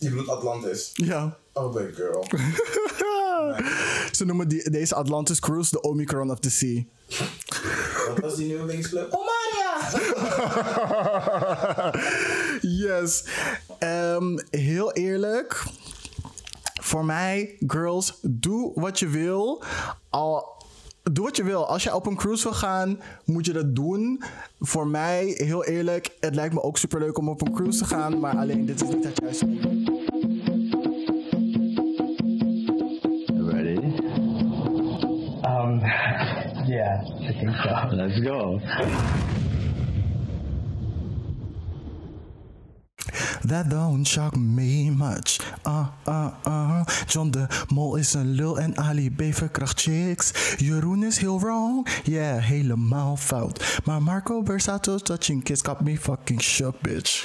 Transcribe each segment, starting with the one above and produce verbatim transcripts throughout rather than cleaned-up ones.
Je bedoelt Atlantis? Ja. Oh, big girl. Ze noemen die, deze Atlantis Cruise de Omicron of the Sea. Wat was die nieuwe wingsclub? Oh, Maria! Yes. Um, heel eerlijk. Voor mij, girls, doe wat je wil. Al... Doe wat je wil. Als je op een cruise wil gaan, moet je dat doen. Voor mij, heel eerlijk, het lijkt me ook superleuk om op een cruise te gaan. Maar alleen, dit is niet het juiste. Ready? Um, yeah, I think so. Let's go. That don't shock me much. Uh, uh, uh. John de Mol is een lul en Ali B verkracht chicks. Jeroen is heel wrong. Yeah, helemaal fout. Maar Marco Borsato touching kids got me fucking shook, bitch.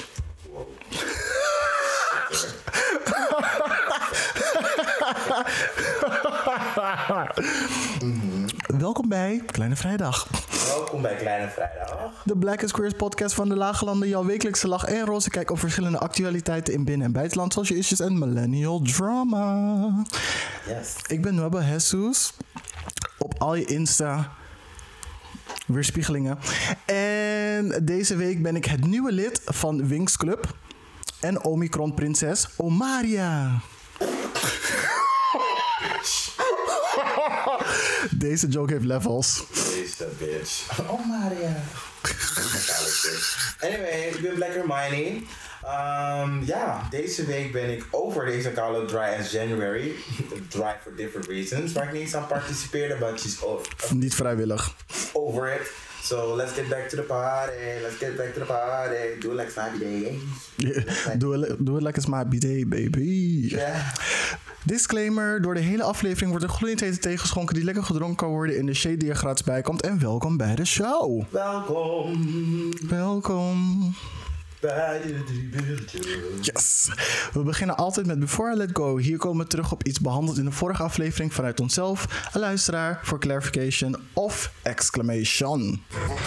mm-hmm. Welkom bij Kleine Vrijdag. Welkom bij Kleine Vrijdag. De Black is Queers podcast van de Lage Landen. Jouw wekelijkse lach en roze kijk op verschillende actualiteiten in binnen- en buitenland. Zoals je issues en millennial drama. Yes. Ik ben Webbe Jesus. Op al je Insta weerspiegelingen. En deze week ben ik het nieuwe lid van Wings Club. En Omicron prinses Omaria. Deze joke heeft levels. Deze bitch. Oh, Maria. Anyway, ik ben Black Hermione. Um, ja, deze week ben ik over deze koude dry as January. Dry for different reasons. Waar ik niet eens aan participeerde, but she's over, Niet vrijwillig. over it. So let's get back to the party. Let's get back to the party. Do it like Snappy Day. Yeah, doe het doe it like it's my B-day, baby. Yeah. Disclaimer, door de hele aflevering wordt er gloeiend hete thee geschonken die lekker gedronken kan worden in de shade die er gratis bij komt. En welkom bij de show. Welkom. Welkom. Bij de drie beeldjes. Yes. We beginnen altijd met Before I Let Go. Hier komen we terug op iets behandeld in de vorige aflevering vanuit onszelf, een luisteraar, voor clarification of exclamation.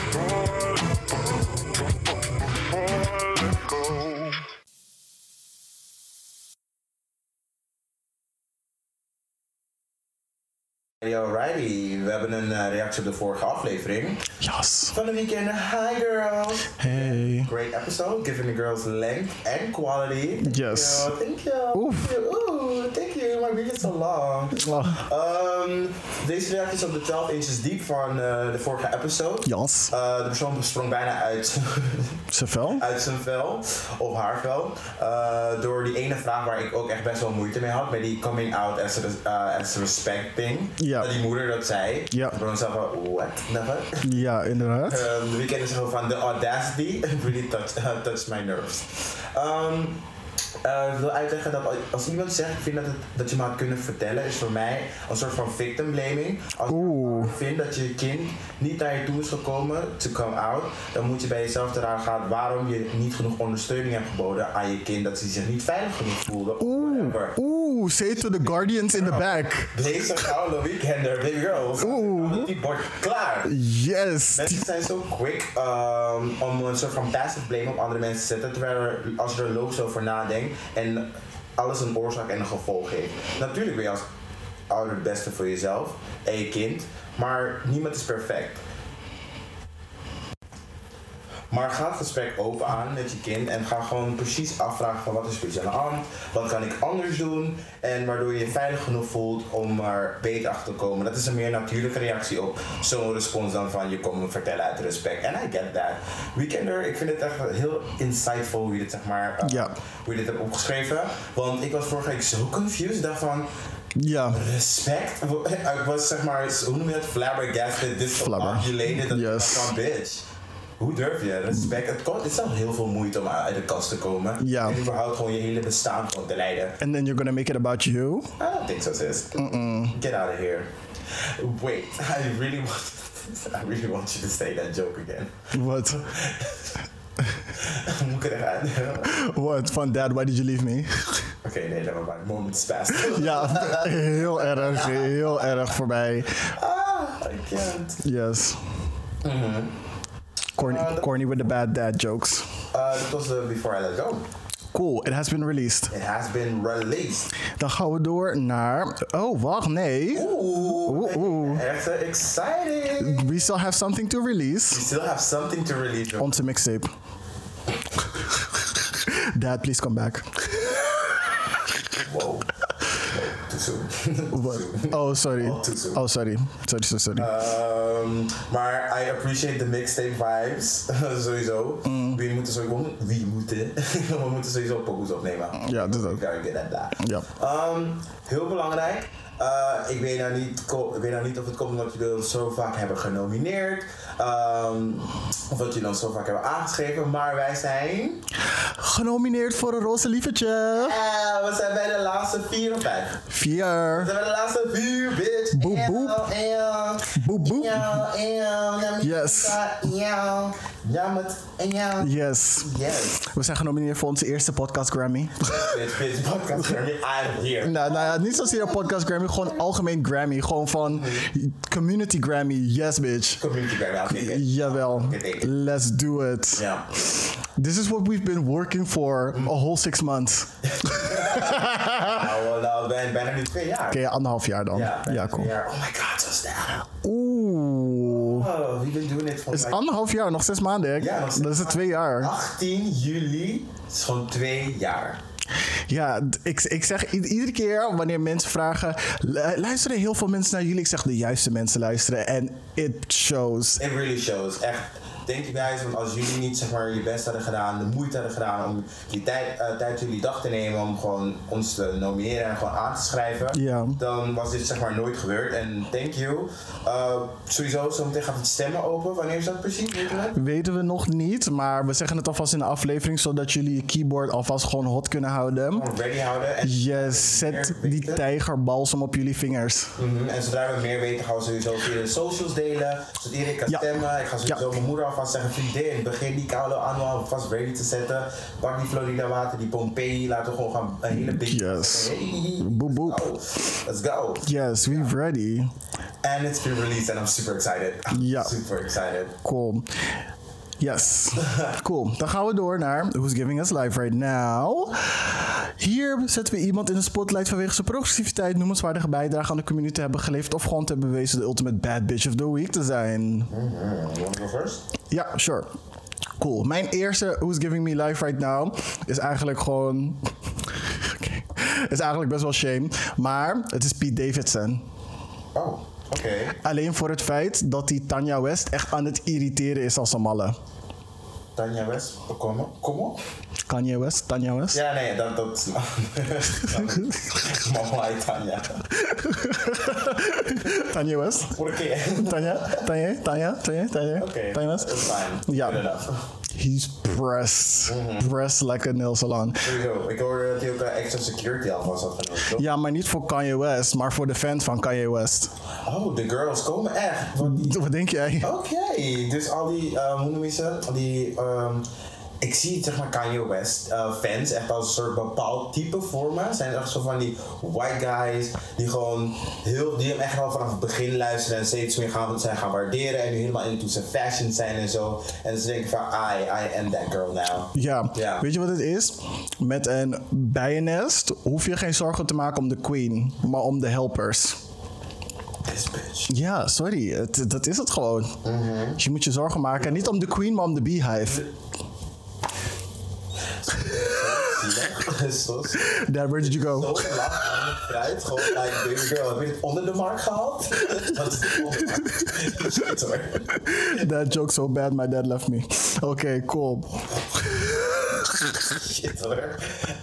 Alrighty, we hebben een uh, reactie op de vorige aflevering. Yes. Van de weekend. Hi girls. Hey. Great episode, giving the girls length and quality. Thank Yes. You. Thank you. Oef. Thank you. Ooh, thank you. My video is so long. Oh. Um, deze reactie is op de twaalf inches diep van uh, de vorige episode. Yes. Uh, de persoon sprong bijna uit, Zijn vel? uit zijn vel, of haar vel. Uh, door die ene vraag waar ik ook echt best wel moeite mee had. Met die coming out as a, uh, as a respect thing. Ja. Dat die moeder dat zei. Ja. De persoon zei van, what? Never? Ja, inderdaad. Um, de weekend is zo van the audacity really touched uh, touched my nerves. Um, uh, ik wil uitleggen dat als iemand zegt, ik vind dat, het, dat je me had kunnen vertellen, is voor mij een soort van victim blaming. Als je vindt dat je kind niet naar je toe is gekomen to come out, dan moet je bij jezelf te raden gaan waarom je niet genoeg ondersteuning hebt geboden aan je kind, dat ze zich niet veilig genoeg voelde. Oeh, oeh, say it to the guardians in the back. Deze koude weekender, baby girls. Oeh. Die wordt klaar. Yes. Mensen zijn zo quick um, om een soort van passive blame op andere mensen te zetten, terwijl er, als je er logisch over nadenkt en alles een oorzaak en een gevolg heeft. Natuurlijk wil je als ouder het beste voor jezelf en je kind, maar niemand is perfect. Maar ga het gesprek open aan met je kind en ga gewoon precies afvragen van wat is precies aan de hand, wat kan ik anders doen en waardoor je je veilig genoeg voelt om er beter achter te komen. Dat is een meer natuurlijke reactie op zo'n respons dan van je komt me vertellen uit respect. En I get that. Weekender, ik vind het echt heel insightful hoe je dit zeg maar, uh, ja. hoe je dit hebt opgeschreven. Want ik was vorige week zo confused, ik dacht van ja. respect? Ik was zeg maar, hoe noem je het? Flabbergasted, discombobulated. Dat yes. van bitch. Hoe durf je? Respect. Het, kost, het is al heel veel moeite om uit de kast te komen. Ja. En überhaupt gewoon je hele bestaan gewoon te leiden. And then you're gonna make it about you? I don't think so, sis. Mm-mm. Get out of here. Wait, I really want, I really want you to say that joke again. Wat? Moet ik eruit? What? Van Dad, why did you leave me? Oké, okay, nee, never mind. Moments past. Ja, heel erg, heel erg voorbij. Ah, I can't. Yes. Mm-hmm. Corny, uh, corny with the bad dad jokes. Uh, dat was de Before I Let Go. Cool, it has been released. It has been released. Dan gaan we door naar... Oh, wacht, nee. Oeh, Oeh, oeh. echt exciting. We still have something to release. We still have something to release. Onze mixtape. Dad, please come back. Wow. Too soon. What? Oh, sorry. Oh, too soon. Oh, sorry. Sorry, sorry, sorry. Um, maar I appreciate the mixtape vibes. Sowieso. Mm. We moeten sowieso... Wie moeten? We moeten sowieso pokoes opnemen. Ja, dat ook. Very good at that. Ja. Um, heel belangrijk. Uh, ik, weet nou niet, ko- ik weet nou niet of het komt omdat jullie ons zo vaak hebben genomineerd. Um, of dat jullie ons zo vaak hebben aangeschreven. Maar wij zijn... Genomineerd voor een roze lievertje. Uh, we zijn bij de laatste vier of vijf. We Vier. zijn bij de laatste vier, bitch. Boep, Eeuw, boep. eeuw. Boep, boep. Eeuw, eeuw. Ja, Yes. Eeuw. Ja, met... Eeuw. Yes. Yes. We zijn genomineerd voor onze eerste podcast Grammy. Bitch, bitch, podcast Grammy, I'm here. nou, nou ja, niet zozeer een podcast Grammy, gewoon algemeen Grammy. Gewoon van community Grammy. Yes, bitch. Community Grammy, I'll take it. Jawel. I'll take it. Let's do it. Ja. This is what we've been working for a whole six months. Nou, nou, ben- bijna nu twee jaar. Oké, anderhalf jaar dan. Ja, bijna Ja, twee cool. jaar. Oh my god, zo snel. Oeh. Oh, we've been doing it for Het is like anderhalf jaar, nog zes maanden. Hè? Ja, nog zes Dat is het twee jaar. achttien juli. Het is gewoon twee jaar. Ja, d- ik, ik zeg i- iedere keer wanneer mensen vragen... lu- luisteren heel veel mensen naar jullie? Ik zeg de juiste mensen luisteren. En it shows. It really shows. Echt. Thank you guys, want als jullie niet zeg maar je best hadden gedaan, de moeite hadden gedaan om die tijd, uh, tijd jullie dag te nemen om gewoon ons te nomineren en gewoon aan te schrijven, Ja. dan was dit zeg maar nooit gebeurd. En thank you. Uh, sowieso, zometeen gaat het stemmen open. Wanneer is dat precies? Weten we? Weten we nog niet, maar we zeggen het alvast in de aflevering... zodat jullie je keyboard alvast gewoon hot kunnen houden. Gewoon ready houden. En Yes, zet meer die weten. tijgerbalsem op jullie vingers. Mhm, En zodra we meer weten, gaan we sowieso via de socials delen. Zodat iedereen kan Ja. stemmen. Ik ga sowieso Ja. mijn moeder alvast zeggen: vriendin, begin die koude aanval alvast ready te zetten. Pak die Florida water, die Pompeii. Laten we gewoon gaan een hele big. Yes. Hey, Boep, boep. let's go. Let's go. Yes, we're ready. And it's been released and I'm super excited. I'm Ja. super excited. Cool. Yes. Cool. Dan gaan we door naar Who's Giving Us Life Right Now. Hier zetten we iemand in de spotlight vanwege zijn progressiviteit, noemenswaardige bijdrage aan de community te hebben geleverd of gewoon te hebben bewezen de ultimate bad bitch of the week te zijn. Mm-hmm. You wanna go first? Ja, sure. Cool. Mijn eerste Who's Giving Me Life Right Now is eigenlijk gewoon... Oké. Is eigenlijk best wel shame. Maar het is Pete Davidson. Oh, oké. Alleen voor het feit dat die Tanya West echt aan het irriteren is als een malle. Tanya West, kom op. Kom op. Kanye West? Tanya West? Ja, nee, dat... dat Mama, Tanya. Tanya West? Voor een keer. Tanya? Tanya? Tanya? Tanya? Tanya? Oké, Tanya West? that's fine. Ja. Good enough. He's pressed. Pressed like a nail salon. Sowieso. Ik hoorde dat hij ook uh, extra security alvast had genomen, toch? Ja, maar niet voor Kanye West, maar voor de fans van Kanye West. Oh, de girls komen echt. Want die... Wat denk jij? Oké, dus al die, um, hoe noem je ze? Al die, um, ik zie zeg maar Kanye West uh, fans echt als een soort bepaald type voor me. Zijn echt zo van die white guys die gewoon heel, die hem echt al vanaf het begin luisteren en steeds meer gaan, zijn gaan waarderen en nu helemaal into zijn fashion zijn en zo. En ze denken van, I, I am that girl now. Ja. Ja. Weet je wat het is? Met een bijennest hoef je geen zorgen te maken om de queen, maar om de helpers. This bitch. Ja, sorry. Het, dat is het gewoon. Dus je moet je zorgen maken, niet om de queen, maar om de beehive. Zo Dad, where did you go? Zo lang aan het fruit, gewoon like, baby girl, heb je het onder de mark gehaald? Dat is de onder de mark. Shit hoor. That joke so bad, my dad left me. Oké, okay, cool. Shit hoor.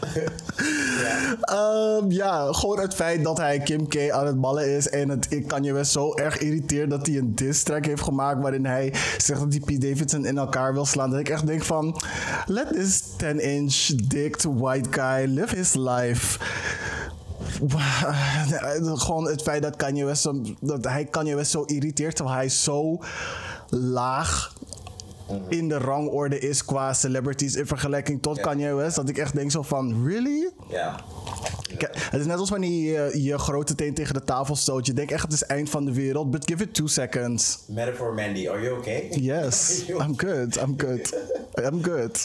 Um, ja, gewoon het feit dat hij Kim K aan het ballen is. En het, ik kan je wel zo erg irriteerd dat hij een diss track heeft gemaakt. Waarin hij zegt dat hij Pete Davidson in elkaar wil slaan. Dat ik echt denk van, let this ten inch dicked white guy live his life. Gewoon het feit dat Kanye West, dat hij Kanye West zo irriteert. Terwijl hij zo laag in de rangorde is qua celebrities in vergelijking tot Kanye West. Dat ik echt denk zo van, really? Ja. Kijk, het is net als wanneer je je grote teen tegen de tafel stoot. Je denkt echt het is eind van de wereld, but give it two seconds. Metaphor Mandy, are you okay? Yes, I'm good, I'm good. I'm good.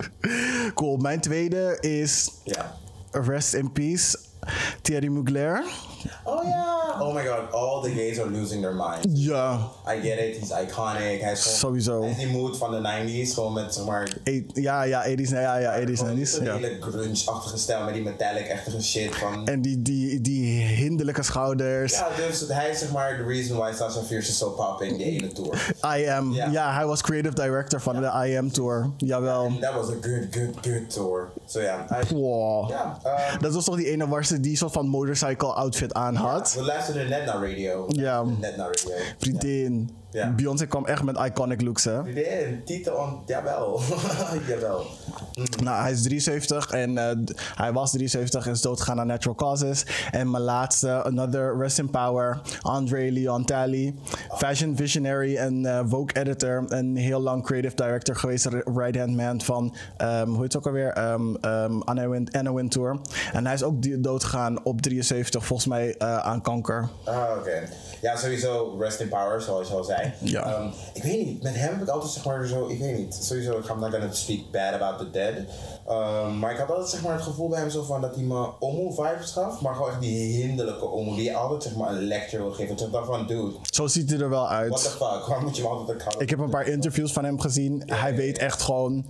Cool, mijn tweede is Ja. Rest in Peace, Thierry Mugler. Oh ja. Oh my god, all the gays are losing their minds. Ja, I get it, he's iconic. Hij is gewoon, Sowieso. Hij is die mood van de nineties, gewoon met zeg maar... e- ja, ja, tachtiger, ja, ja, tachtiger, gewoon nineties. Een Ja. hele grunge-achtige stijl met die metallic-achtige shit van... En die, die, die hinderlijke schouders. Ja, dus hij is zeg maar the reason why Sasha Fierce is so popping, die ene tour. I Am. Ja. Ja, hij was creative director van de I Am Tour. Jawel. And that was a good, good, good tour. So ja, I- Wow. ja, um, Dat was toch die ene waar ze die soort van motorcycle outfit aan had? we luisterden net naar radio. Ja. Net naar radio. Vriendin. Ja. Beyoncé kwam echt met iconic looks, hè? Vriendin, titel on... Jawel. Jawel. Nou, hij is drieënzeventig en uh, d- hij was drieënzeventig en is doodgegaan aan natural causes. En mijn laatste, another rest in power, Andre Leon Talley. Fashion visionary en uh, Vogue editor. En heel lang creative director geweest, right-hand man van, um, hoe heet het ook alweer, um, um, Anna, Win- Anna Wintour. En hij is ook die- doodgegaan op drieënzeventig, volgens mij uh, aan kanker. Ah, oké. Ja, sowieso rest in power, zoals je al zei. Ja. Ehm, ik weet niet, met hem heb ik altijd zeg maar zo, ik weet niet, sowieso, I'm not gonna speak bad about the dead. Ehm, maar ik had altijd zeg maar het gevoel bij hem zo van dat hij me Omo-vibes gaf, maar gewoon echt die hinderlijke Omo, die je altijd zeg maar een lecture wil geven. Dat ik dacht van, dude, Zo ziet hij er wel uit. what the fuck, waarom moet je hem altijd een Ik heb een paar interviews van hem gezien. Hij weet echt gewoon...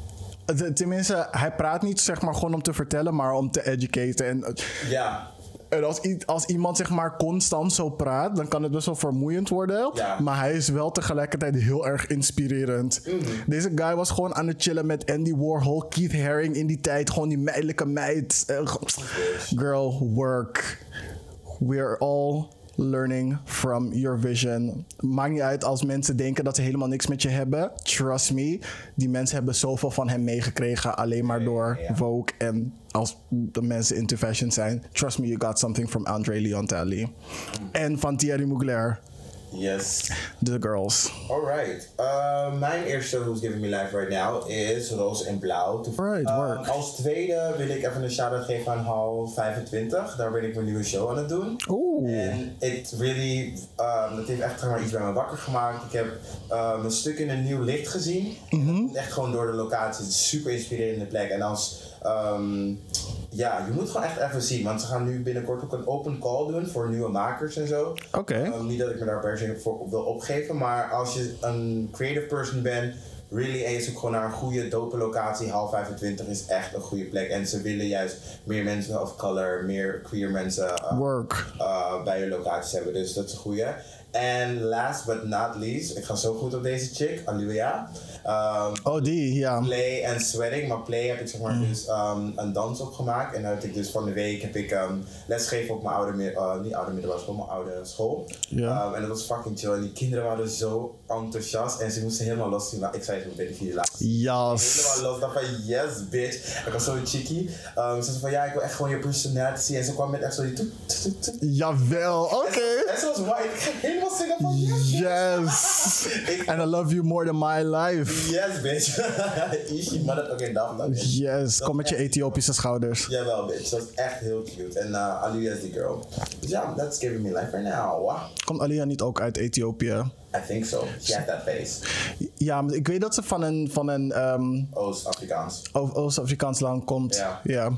de- Tenminste, hij praat niet zeg maar gewoon om te vertellen, maar om te educaten. En, Ja. en als, i- als iemand zeg maar constant zo praat, dan kan het best wel vermoeiend worden. Ja. Maar hij is wel tegelijkertijd heel erg inspirerend. Deze guy was gewoon aan het chillen met Andy Warhol, Keith Haring in die tijd. Gewoon die meidelijke meid. Eh, Girl, work. We're all learning from your vision. Maakt niet uit als mensen denken dat ze helemaal niks met je hebben. Trust me, die mensen hebben zoveel van hem meegekregen alleen maar door ja. Vogue. En als de mensen into fashion zijn, trust me, you got something from Andre Leon Talley. En van Thierry Mugler, Yes. The Girls. Alright. Uh, mijn eerste Who's Giving Me Life Right Now is Roze en Blauw. Alright, Um, work. als tweede wil ik even een shout-out geven aan Hal vijfentwintig. Daar ben ik mijn nieuwe show aan het doen. Oeh. En it really, um, dat heeft echt zeg maar, iets bij me wakker gemaakt. Ik heb um, een stuk in een nieuw licht gezien. Mhm. Echt gewoon door de locatie. Het is een super inspirerende plek. En als... Um, ja, je moet gewoon echt even zien. Want ze gaan nu binnenkort ook een open call doen voor nieuwe makers en zo. Oké. Um, niet dat ik me daar per se voor op wil opgeven. Maar als je een creative person bent, really, en je zoekt gewoon naar een goede, dope locatie. Hal vijfentwintig is echt een goede plek. En ze willen juist meer mensen of color, meer queer mensen uh, Work. uh, bij je locaties hebben. Dus dat is een goede. En last but not least, ik ga zo goed op deze chick, Aluia. Um, Oh, die, ja. Play en Sweating, maar Play heb ik zeg maar Mm. dus um, een dans opgemaakt. En dan heb ik dus van de week heb ik um, lesgegeven op mijn oude, mi- uh, niet oude middelbare school, mijn oude school. Ja. Um, en dat was fucking chill. En die kinderen waren zo enthousiast en ze moesten helemaal los zien. Ik zei het bij de vierde laatste. Jas. Helemaal los. Ik dacht van yes bitch. Ik was zo chickie. Um, ze zei van ja, ik wil echt gewoon je personality zien. En ze kwam met echt zo die toet, toet, toet, toet. Jawel, oké. En ze was white. Ik ging helemaal zingen van yes bitch. Yes. Ik- And I love you more than my life. Yes bitch. Ishi motherfucking dag. dan. Yes, kom met je Ethiopische schouders. Jawel, bitch. Dat is echt heel cute. En uh, Aluia is die girl. Dus ja, that's giving me life right now. Komt Alia niet ook uit Ethiopië? I think so. She has that face. Ja, maar ik weet dat ze van een, van een um, Oost-Afrikaans. O- Oost-Afrikaans land komt. Ja. Ja.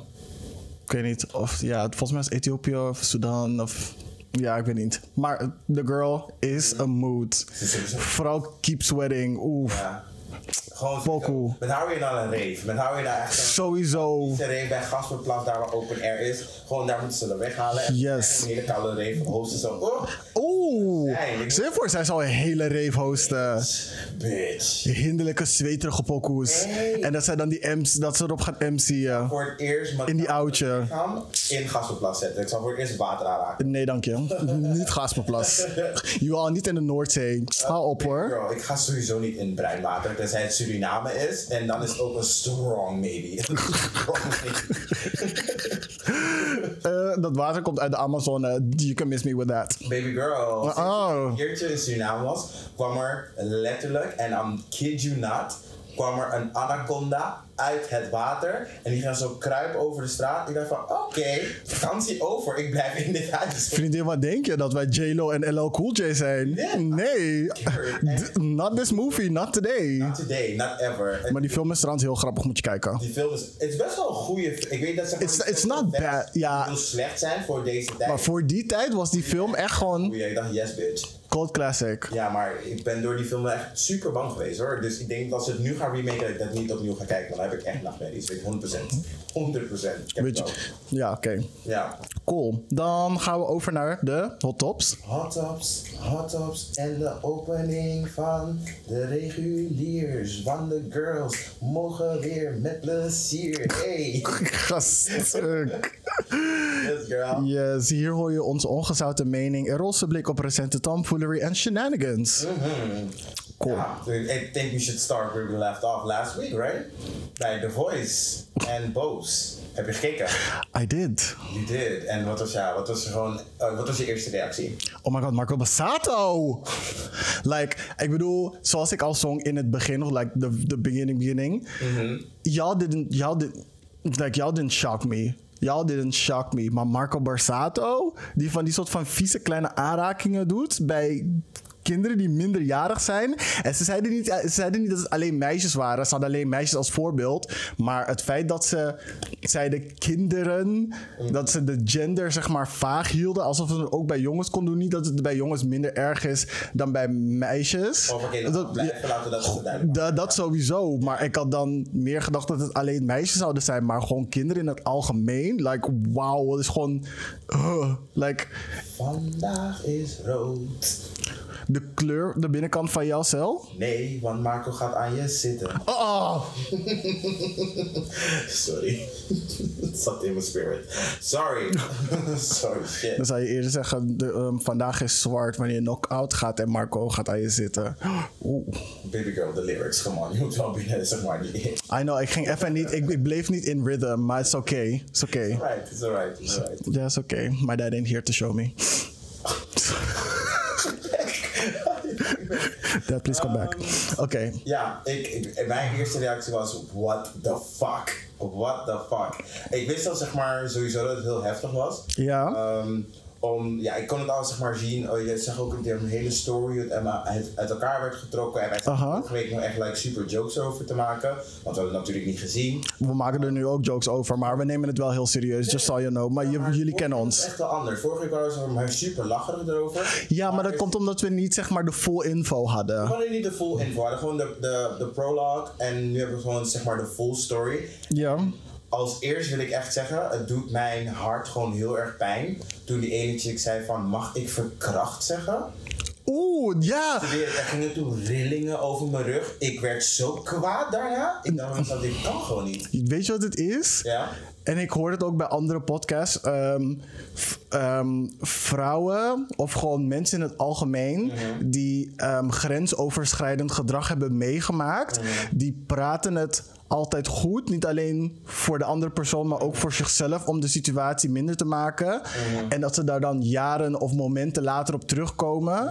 Ik weet niet of, ja, volgens mij is het Ethiopië of Sudan of... Ja, ik weet niet. Maar the girl is a mood. is sowieso- Vooral keep sweating. Oeh. Ja. Gewoon Pokoe. Met haar weer naar een rave. Met haar weer naar echt een... Sowieso. De rave bij Gasperplas, daar waar open air is. Gewoon daar moeten ze er weghalen. En Yes. echt een hele koude rave. Hosten zo. Oh, Oeh. Nee, ik- Stel je voor, zij zou een hele rave hosten. bitch. Hinderlijke, zweterige pokoes. Hey. En dat zij dan die M's, dat ze erop gaat M C'en. Voor het eerst... met- In die oudje. Gaan in Gasperplas zetten. Ik zal voor het eerst water aanraken. Nee, dank je. Niet Gasperplas. Je wil niet in de Noordzee. Hou op hoor. Girl, ik ga sowieso niet in bruinwater, tenzij het Suriname is. En dan is het ook een strong maybe. Strong maybe. Uh, dat water komt uit de Amazone. You can miss me with that. Baby girl, als Oh. ik een keertje in Suriname was, kwam er letterlijk, en I'm kid you not, kwam er een anaconda uit het water. En die ging zo kruipen over de straat. Ik dacht van, oké, okay, vakantie over. Ik blijf in dit huis. Vriendin, wat denk je? Dat wij J-Lo en L L Cool J zijn? Yeah. Nee. D- not this movie, not today. Not today, not ever. En Maar die film is trouwens heel grappig, moet je kijken. die film is, het is best wel een goede film. Ik weet dat zeg maar, It's- die it's films not best bad, ja. heel slecht zijn voor deze tijd. Maar voor die tijd was die film echt gewoon Oei, ik dacht, yes bitch. cult classic. Ja, maar ik ben door die film echt super bang geweest hoor. Dus ik denk dat als ze het nu gaan remaken, dat ik dat niet opnieuw ga kijken. Dan heb ik echt nachtmerries. Weet je, honderd procent. honderd procent. Ik heb Weet het je? wel. Ja, oké. Ja. Cool. Dan gaan we over naar de hot tops. Hot tops, hot tops en de opening van de reguliers. Want de girls mogen weer met plezier. Hey, Gast. yes girl. Yes, hier hoor je onze ongezouten mening en roze blik op recente tomfoolery en shenanigans. Cool. Ja, I think we should start where we left off last week, right? Bij The Voice en Boos. Heb je gekeken? I did. You did. En wat was, ja, wat was, er gewoon, uh, wat was je eerste reactie? Oh my god, Marco Bassato! Like, ik bedoel, zoals ik al zong in het begin, of like the, the beginning beginning. Mm-hmm. Y'all didn't, y'all didn't, like, y'all didn't shock me. Y'all didn't shock me. Maar Marco Borsato, die van die soort van vieze kleine aanrakingen doet bij kinderen die minderjarig zijn. En ze zeiden, niet, ze zeiden niet dat het alleen meisjes waren. Ze hadden alleen meisjes als voorbeeld. Maar het feit dat ze zeiden kinderen, dat ze de gender zeg maar vaag hielden. Alsof ze het ook bij jongens kon doen. Niet dat het bij jongens minder erg is dan bij meisjes. Of oké, dat, blijven laten dat het duidelijk da, dat sowieso. Maar ik had dan meer gedacht dat het alleen meisjes zouden zijn. Maar gewoon kinderen in het algemeen. Like, wauw, het is gewoon... Uh, like, Vandaag is rood. de kleur, de binnenkant van jouw cel. Nee, want Marco gaat aan je zitten. Oh! Sorry. Het zat in mijn spirit. Sorry. Sorry, shit. Dan zou je eerder zeggen, de, um, vandaag is zwart wanneer je knock-out gaat en Marco gaat aan je zitten. Oeh. Baby girl, de lyrics, come on. Je moet wel binnen, zeg maar. Die... I know, ik ging even niet, ik, ik bleef niet in rhythm, maar it's okay. It's okay. Alright, it's alright, it's alright. Yeah, it's okay. My dad ain't here to show me. Dad, please come back. Oké. Okay. Ja, ik, ik, mijn eerste reactie was, what the fuck? What the fuck? Ik wist al, zeg maar, sowieso dat het heel heftig was. Ja. Um, om, ja, ik kon het al zeg maar zien. Oh, je zag ook een hele story het Emma uit, uit elkaar werd getrokken. En wij zaten Aha. vorige week nog echt like, super jokes over te maken. Want we hadden het natuurlijk niet gezien. We maken er nu ook jokes over, maar we nemen het wel heel serieus. Just so you know. Maar, je, Maar jullie kennen vorige ons. week was echt wel anders. Vorige week waren we maar super lacherig erover. Ja, maar dat er- komt omdat we niet zeg maar de full info We hadden. hadden niet de full info. We hadden gewoon de, de, de prologue. En nu hebben we gewoon zeg maar de full story. Ja. Als eerst wil ik echt zeggen, het doet mijn hart gewoon heel erg pijn. Toen die ene chick zei van, mag ik verkracht zeggen? Oeh, ja. Weer, er gingen toen rillingen over mijn rug. Ik werd zo kwaad daarna. Ik dacht van, dit kan gewoon niet. Weet je wat het is? Ja? En ik hoor het ook bij andere podcasts. Um, f- um, vrouwen of gewoon mensen in het algemeen Mhm. die um, grensoverschrijdend gedrag hebben meegemaakt, Mhm. die praten het altijd goed. Niet alleen voor de andere persoon, maar ook voor zichzelf om de situatie minder te maken. Mhm. En dat ze daar dan jaren of momenten later op terugkomen.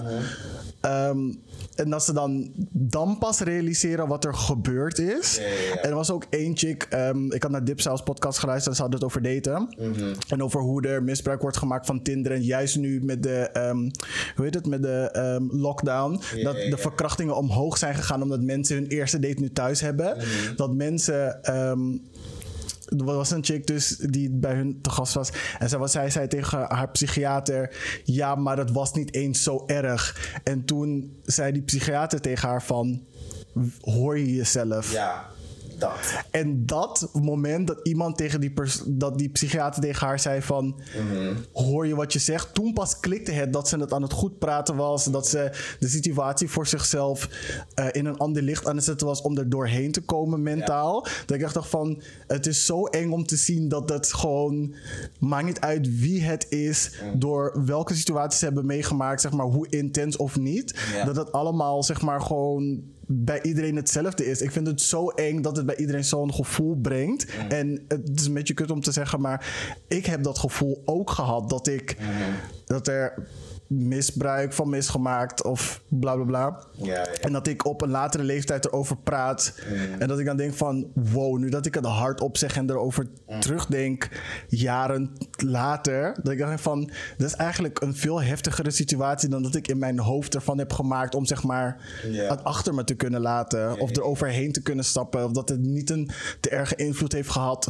Um, en dat ze dan, dan pas realiseren wat er gebeurd is. Ja, ja, ja. En er was ook één chick, um, ik had naar Dipsaus podcast geluisterd, ze hadden het over daten. Mhm. En over hoe er misbruik wordt gemaakt van Tinder. En juist nu met de, um, hoe heet het, met de um, lockdown, Ja, dat ja, de ja. verkrachtingen omhoog zijn gegaan omdat mensen hun eerste date nu thuis hebben. Mhm. Dat mensen... Um, er was een chick dus die bij hun te gast was. En zij, was, zij zei tegen haar psychiater... ja, maar dat was niet eens zo erg. En toen zei die psychiater tegen haar van... hoor je jezelf? Ja, dat. En dat moment dat iemand tegen die, pers- dat die psychiater tegen haar zei van... hoor je wat je zegt? Toen pas klikte het dat ze het aan het goed praten was. Dat ze de situatie voor zichzelf uh, in een ander licht aan het zetten was... om er doorheen te komen mentaal. Dat ik dacht van, het is zo eng om te zien dat het gewoon... maakt niet uit wie het is, door welke situaties ze hebben meegemaakt... zeg maar hoe intens of niet. Ja. Dat het allemaal zeg maar gewoon... bij iedereen hetzelfde is. Ik vind het zo eng dat het bij iedereen zo'n gevoel brengt. Mm. En het is een beetje kut om te zeggen, maar ik heb dat gevoel ook gehad. Dat ik, mm. dat er misbruik van me is gemaakt of bla bla bla. Ja, ja. En dat ik op een latere leeftijd erover praat. Mm. En dat ik dan denk van, wow, nu dat ik het hardop zeg en erover mm. terugdenk, jaren later, dat ik denk van, dat is eigenlijk een veel heftigere situatie dan dat ik in mijn hoofd ervan heb gemaakt om zeg maar yeah. het achter me te kunnen laten. Yeah, of er overheen te kunnen stappen. Of dat het niet een te erge invloed heeft gehad.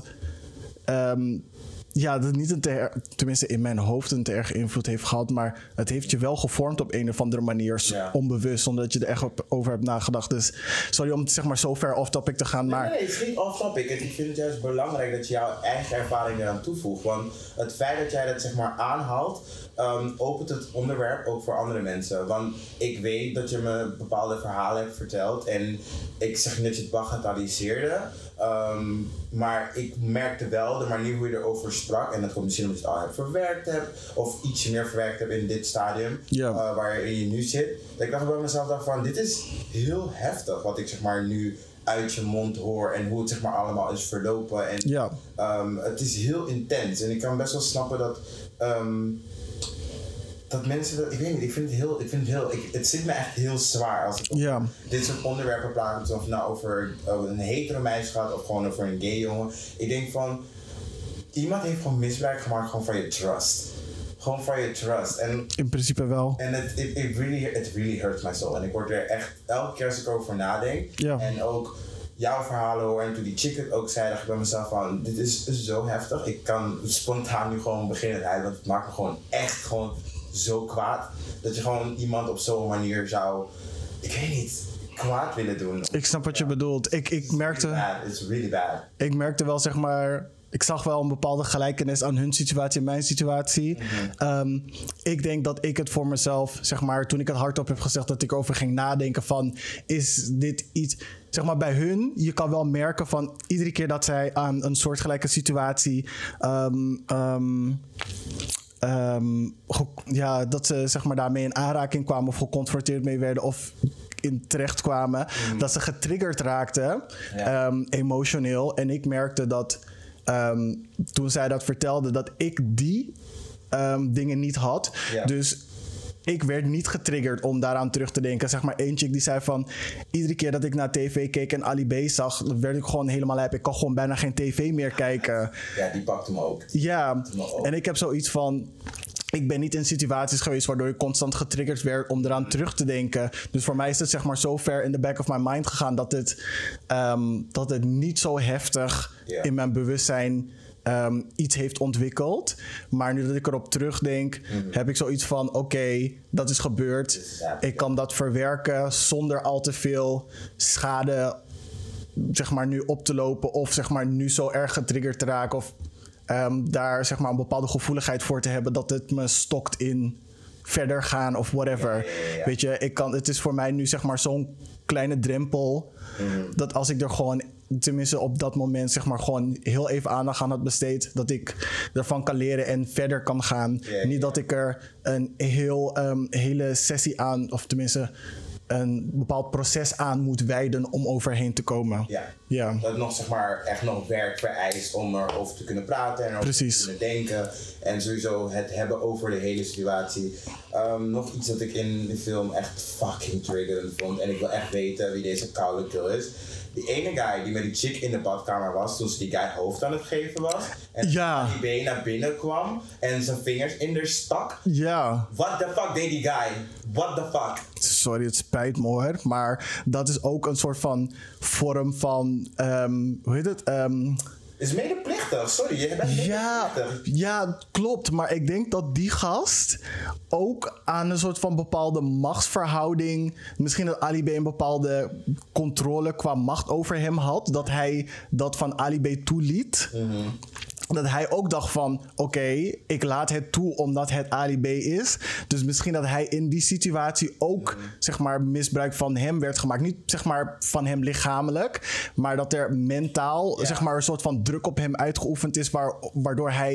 Um, Ja, dat het niet een te er, tenminste in mijn hoofd een te erg invloed heeft gehad. Maar het heeft je wel gevormd op een of andere manier. Ja. Onbewust, zonder dat je er echt op, over hebt nagedacht. Dus sorry om zeg maar zo ver off-topic te gaan. Nee, maar... nee, nee, het is niet off-topic. Ik vind het juist belangrijk dat je jouw eigen ervaring eraan toevoegt. Want het feit dat jij dat zeg maar aanhaalt, um, opent het onderwerp ook voor andere mensen. Want ik weet dat je me bepaalde verhalen hebt verteld. En ik zeg niet dat je het bagatelliseerde. Um, maar ik merkte wel de manier hoe je erover sprak. En dat komt misschien omdat je het al hebt verwerkt hebt. Of ietsje meer verwerkt hebt in dit stadium. Ja. Uh, waarin je nu zit. Dat ik dacht bij mezelf dacht van, dit is heel heftig wat ik zeg maar nu uit je mond hoor. En hoe het zeg maar allemaal is verlopen. En ja. um, het is heel intens. En ik kan best wel snappen dat... Um, dat mensen, dat, ik weet niet, ik vind het heel, ik vind het heel, ik, het zit me echt heel zwaar als ik yeah. dit soort onderwerpen praat, of nou over, over een hetero meisje gaat of gewoon over een gay jongen. Ik denk van, iemand heeft gewoon misbruik gemaakt gewoon van je trust. Gewoon van je trust. En, in principe wel. En het it, it really, it really hurts my soul. En ik word er echt, elke keer als ik erover nadenk, yeah. en ook jouw verhalen hoor, en toen die chick het ook zei, dacht ik bij mezelf van, dit is, is zo heftig. Ik kan spontaan nu gewoon beginnen te huilen, want het maakt me gewoon echt gewoon zo kwaad. Dat je gewoon iemand op zo'n manier zou, ik weet niet, kwaad willen doen. Ik snap wat ja. je bedoelt. Ik, ik merkte... Really bad. It's really bad. Ik merkte wel, zeg maar... Ik zag wel een bepaalde gelijkenis aan hun situatie en mijn situatie. Mm-hmm. Um, ik denk dat ik het voor mezelf, zeg maar, toen ik het hardop heb gezegd, dat ik over ging nadenken van, is dit iets... Zeg maar bij hun, je kan wel merken van iedere keer dat zij aan een soortgelijke situatie... Um, um, Um, ge- ja, dat ze zeg maar daarmee in aanraking kwamen of geconfronteerd mee werden of in terecht kwamen, mm. dat ze getriggerd raakten, ja. um, emotioneel. En ik merkte dat um, toen zij dat vertelde, dat ik die um, dingen niet had. Ja. Dus ik werd niet getriggerd om daaraan terug te denken. Zeg maar één chick die zei van, iedere keer dat ik naar tv keek en Ali B zag, werd ik gewoon helemaal lijp. Ik kan gewoon bijna geen tv meer kijken. Ja, die pakte me ook. Ja, me ook. En ik heb zoiets van, ik ben niet in situaties geweest waardoor ik constant getriggerd werd om eraan mm. terug te denken. Dus voor mij is het zeg maar zo ver in the back of my mind gegaan dat het, um, dat het niet zo heftig yeah. in mijn bewustzijn Um, iets heeft ontwikkeld. Maar nu dat ik erop terugdenk, mm-hmm. heb ik zoiets van, oké, okay, dat is gebeurd. Ik kan dat verwerken zonder al te veel schade, zeg maar, nu op te lopen. Of zeg maar nu zo erg getriggerd te raken. Of um, daar zeg maar een bepaalde gevoeligheid voor te hebben dat het me stokt in verder gaan of whatever. Ja, ja, ja, ja. Weet je, ik kan, het is voor mij nu zeg maar zo'n kleine drempel. Mm-hmm. Dat als ik er gewoon, tenminste op dat moment, zeg maar gewoon heel even aandacht aan had besteed, dat ik ervan kan leren en verder kan gaan. Yeah, Niet yeah. dat ik er een heel, um, hele sessie aan, of tenminste een bepaald proces aan moet wijden om overheen te komen. Ja, ja. Dat het nog zeg maar echt nog werk vereist om erover te kunnen praten en erover Precies. te kunnen denken. En sowieso het hebben over de hele situatie. Um, nog iets dat ik in de film echt fucking triggerend vond. En ik wil echt weten wie deze koude kill is. Die ene guy die met die chick in de badkamer was toen ze die guy hoofd aan het geven was. En ja. die B naar binnen kwam en zijn vingers in haar stak. Ja. What the fuck deed die guy? What the fuck? Sorry, het spijt me hoor. Maar dat is ook een soort van vorm van, um, hoe heet het? Um, is medeplichtig, sorry, je bent medeplichtig. Ja, ja, klopt. Maar ik denk dat die gast ook aan een soort van bepaalde machtsverhouding, misschien dat Ali B een bepaalde controle qua macht over hem had, dat hij dat van Ali B toeliet. Mm-hmm. Dat hij ook dacht van, oké, okay, ik laat het toe omdat het Ali B is. Dus misschien dat hij in die situatie ook, mm-hmm. zeg maar, misbruik van hem werd gemaakt. Niet, zeg maar, van hem lichamelijk, maar dat er mentaal, ja. zeg maar, een soort van druk op hem uitgeoefend is, waar, waardoor hij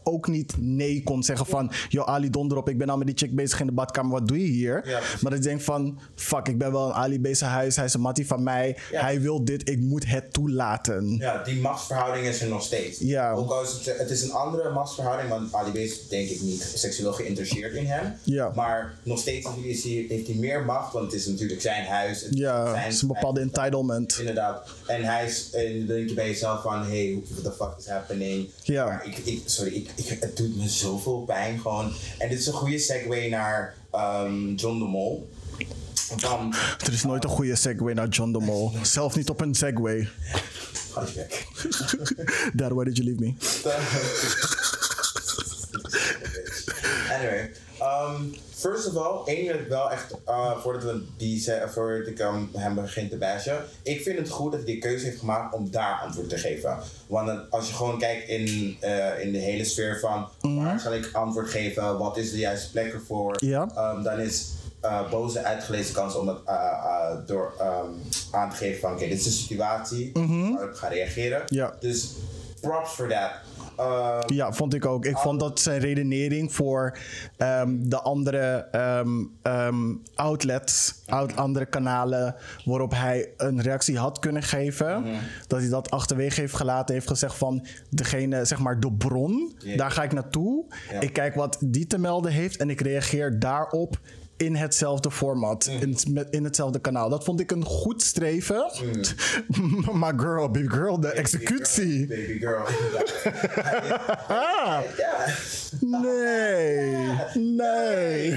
ook niet nee kon zeggen van... Yo, Ali, donder op, ik ben al met die chick bezig in de badkamer, wat doe je hier? Ja, maar dat ik denk van, fuck, ik ben wel een Ali bezig huis, hij is een mattie van mij, ja. hij wil dit, ik moet het toelaten. Ja, die machtsverhouding is er nog steeds. Ja. Ook al is het, het is een andere machtsverhouding, want Ali B is denk ik niet seksueel geïnteresseerd in hem. Ja. Maar nog steeds is hij, heeft hij meer macht, want het is natuurlijk zijn huis. Het ja, zijn, het is een bepaalde entitlement. Inderdaad. En hij is, en dan denk je bij jezelf van, hey, what the fuck is happening? Ja. Maar ik, ik, sorry, ik, ik, het doet me zoveel pijn gewoon. En dit is een goede segue naar um, John de Mol. Dan, er is nooit een goede segue naar John de Mol. Zelf niet op een Segway. Ga je weg. Dad, why did you leave me? Anyway, um, first of all, één ding dat ik wel echt, uh, voordat, we die ze, voordat ik um, hem begin te bashen, ik vind het goed dat hij die keuze heeft gemaakt om daar antwoord te geven. Want dan, als je gewoon kijkt in, uh, in de hele sfeer van, mm-hmm. waar zal ik antwoord geven, wat is de juiste plek ervoor, ja. um, dan is uh, boze uitgelezen kans om dat uh, uh, door um, aan te geven van, oké, okay, dit is de situatie, mm-hmm. waarop ik ga reageren. Ja. Dus props for that. Uh, ja, vond ik ook. Ik uh, vond dat zijn redenering voor um, de andere um, um, outlets, out, andere kanalen waarop hij een reactie had kunnen geven, mm-hmm. dat hij dat achterwege heeft gelaten, heeft gezegd van degene, zeg maar de bron, yeah. daar ga ik naartoe. Yeah. Ik kijk wat die te melden heeft en ik reageer daarop in hetzelfde format, mm. in, in hetzelfde kanaal. Dat vond ik een goed streven. Mm. Maar girl, baby girl, de baby executie. Girl, baby girl. ah. Nee, nee.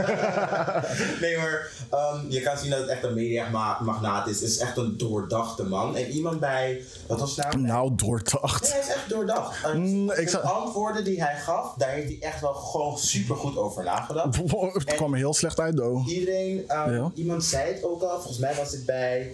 Nee, maar um, je kan zien dat het echt een mediamagnaat is. Het is echt een doordachte man. En iemand bij, wat was het nou? Nou, doordacht. Nee, hij is echt doordacht. Mm, de zou... antwoorden die hij gaf, daar heeft hij echt wel gewoon super goed over nagedacht. Het kwam er heel slecht uit, though. Iedereen, um, ja. iemand zei het ook al, volgens mij was dit bij,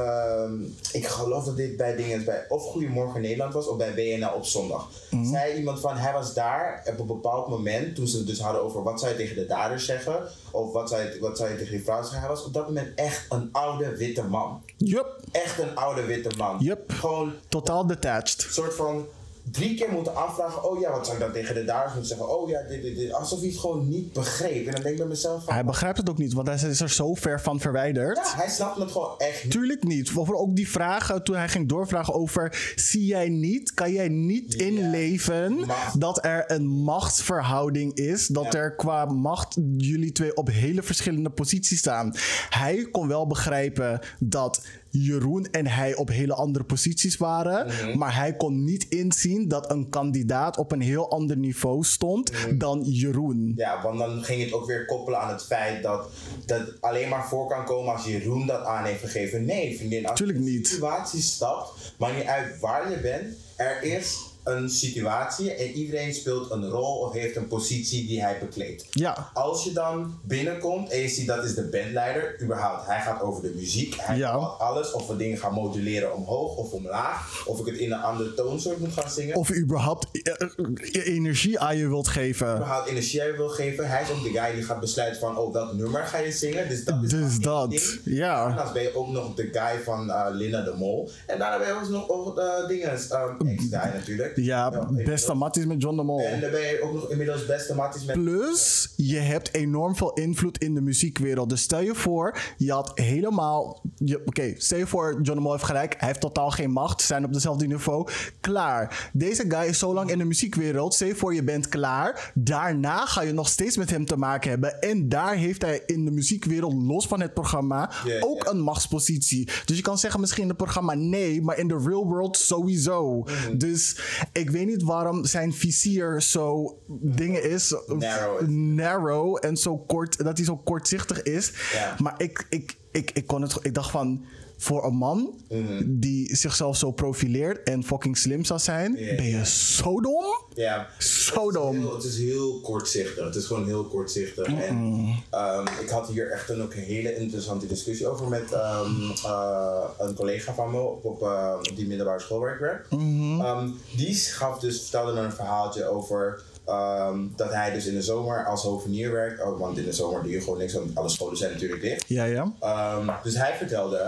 um, ik geloof dat dit bij dingen bij of Goedemorgen Nederland was of bij W N L op zondag. Mm-hmm. Zei iemand van, hij was daar op een bepaald moment, toen ze het dus hadden over wat zou je tegen de daders zeggen, of wat zou je, wat zou je tegen die vrouw zeggen, hij was op dat moment echt een oude witte man. Yup. Echt een oude witte man. Yup. Gewoon totaal detached. Een soort van drie keer moeten afvragen, oh ja, wat zou ik dan tegen de daders moeten zeggen? Oh ja, dit, dit, dit. Alsof hij het gewoon niet begreep. En dan denk ik bij mezelf van, hij begrijpt het ook niet, want hij is er zo ver van verwijderd. Ja, hij snapt het gewoon echt niet. Tuurlijk niet. Over ook die vragen, toen hij ging doorvragen over, zie jij niet, kan jij niet ja. inleven macht. Dat er een machtsverhouding is, dat ja. er qua macht jullie twee op hele verschillende posities staan. Hij kon wel begrijpen dat Jeroen en hij op hele andere posities waren. Mm-hmm. Maar hij kon niet inzien dat een kandidaat op een heel ander niveau stond mm-hmm. dan Jeroen. Ja, want dan ging het ook weer koppelen aan het feit dat dat alleen maar voor kan komen als Jeroen dat aan heeft gegeven. Nee, vriendin, als Tuurlijk je in een niet. situatie stapt, maakt niet uit waar je bent, er is een situatie en iedereen speelt een rol of heeft een positie die hij bekleedt. Ja. Als je dan binnenkomt en je ziet dat is de bandleider, überhaupt, hij gaat over de muziek, hij ja. bepaalt alles, of we dingen gaan moduleren omhoog of omlaag, of ik het in een andere toonsoort moet gaan zingen. Of überhaupt uh, energie aan je wilt geven. Überhaupt energie aan je wilt geven. Hij is ook de guy die gaat besluiten van, oh, welk nummer ga je zingen. Dus dat is dus dat, ding. ja. En dan ben je ook nog de guy van uh, Linda de Mol. En daarna ben je ook nog over uh, dingen, um, ex-guy natuurlijk. Ja, ja beste matties met John de Mol. En dan ben je ook nog inmiddels beste matties met... Plus, je hebt enorm veel invloed in de muziekwereld. Dus stel je voor, je had helemaal... Oké, okay, stel je voor, John de Mol heeft gelijk. Hij heeft totaal geen macht. Ze zijn op dezelfde niveau. Klaar. Deze guy is zo lang in de muziekwereld. Stel je voor, je bent klaar. Daarna ga je nog steeds met hem te maken hebben. En daar heeft hij in de muziekwereld, los van het programma, yeah, ook yeah. een machtspositie. Dus je kan zeggen misschien in het programma nee, maar in de real world sowieso. Mm-hmm. Dus ik weet niet waarom zijn vizier zo dingen is. Narrow. Narrow en zo kort, dat hij zo kortzichtig is. Yeah. Maar ik, ik, ik, ik kon het, ik dacht van, voor een man mm-hmm. die zichzelf zo profileert en fucking slim zou zijn, yeah, ben je yeah. zo dom? Ja. Zo dom. Heel, het is heel kortzichtig. Het is gewoon heel kortzichtig. Mm-hmm. En um, ik had hier echt een, ook een hele interessante discussie over met um, uh, een collega van me op, op, uh, op die middelbare school waar ik werk. Mm-hmm. Um, die gaf dus, vertelde een verhaaltje over Um, dat hij dus in de zomer als hovenier werkt. Oh, want in de zomer doe je gewoon niks, want alle scholen zijn natuurlijk dicht. Ja, ja. Um, dus hij vertelde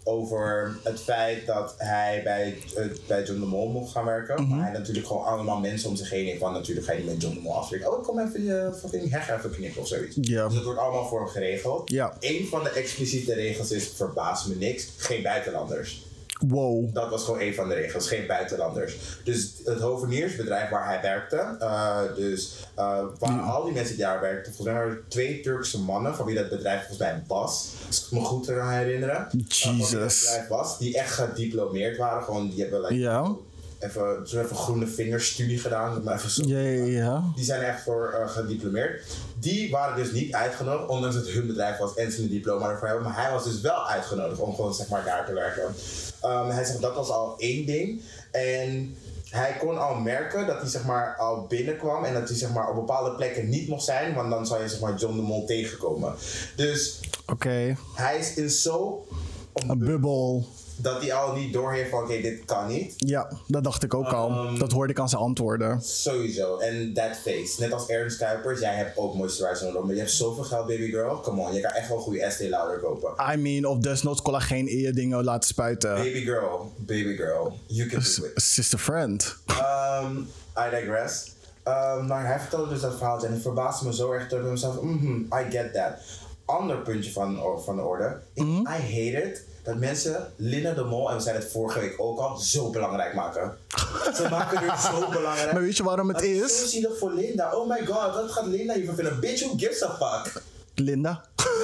over het feit dat hij bij, uh, bij John de Mol mocht gaan werken. Mm-hmm. Maar hij natuurlijk gewoon allemaal mensen om zich heen heeft. Want natuurlijk ga je niet met John de Mol afspreken. Oh, ik kom even je fucking heg even knippen of zoiets. Ja. Dus dat wordt allemaal voor hem geregeld. Ja. Eén van de expliciete regels is, verbaas me niks, geen buitenlanders. Wow. Dat was gewoon een van de regels, geen buitenlanders. Dus het hoveniersbedrijf waar hij werkte, uh, dus uh, waar mm. al die mensen die daar werkten, volgens mij waren er twee Turkse mannen, van wie dat bedrijf volgens mij was, als ik me goed kan herinneren. Jesus. Uh, van wie dat bedrijf was, die echt gediplomeerd waren, gewoon die hebben like, ja. even, zo even groene vingerstudie gedaan, maar even zo. Ja, ja, ja. Die zijn echt voor uh, gediplomeerd. Die waren dus niet uitgenodigd, ondanks dat het hun bedrijf was en ze een diploma ervoor hebben, maar hij was dus wel uitgenodigd om gewoon zeg maar daar te werken. Um, hij zegt dat was al één ding. En hij kon al merken dat hij zeg maar al binnenkwam en dat hij zeg maar op bepaalde plekken niet mocht zijn, want dan zou je zeg maar John de Mol tegenkomen. Dus okay. Hij is in zo een bubbel dat hij al niet doorheeft van oké, okay, dit kan niet. Ja, dat dacht ik ook um, al. Dat hoorde ik aan zijn antwoorden. Sowieso. En that face. Net als Ernst Kuipers, jij hebt ook moisturizer nodig. Maar je hebt zoveel geld, baby girl. Come on, je kan echt wel een goede Estee Lauder kopen. I mean, of desnoods collageen in je dingen laten spuiten. Baby girl, baby girl. You can do it. Sister friend. Um, I digress. Um, maar hij vertelde dus dat verhaal en het verbaasde me zo erg dat ik mezelf, mm-hmm, I get that. Ander puntje van, van de orde. Mm-hmm. I hate it. Dat mensen Linda de Mol, en we zeiden het vorige week ook al, zo belangrijk maken. Ze maken er zo belangrijk. Maar weet je waarom het dat is? Het is zo zielig voor Linda. Oh my god, wat gaat Linda hiervan vinden? Bitch, who gives a fuck? Linda?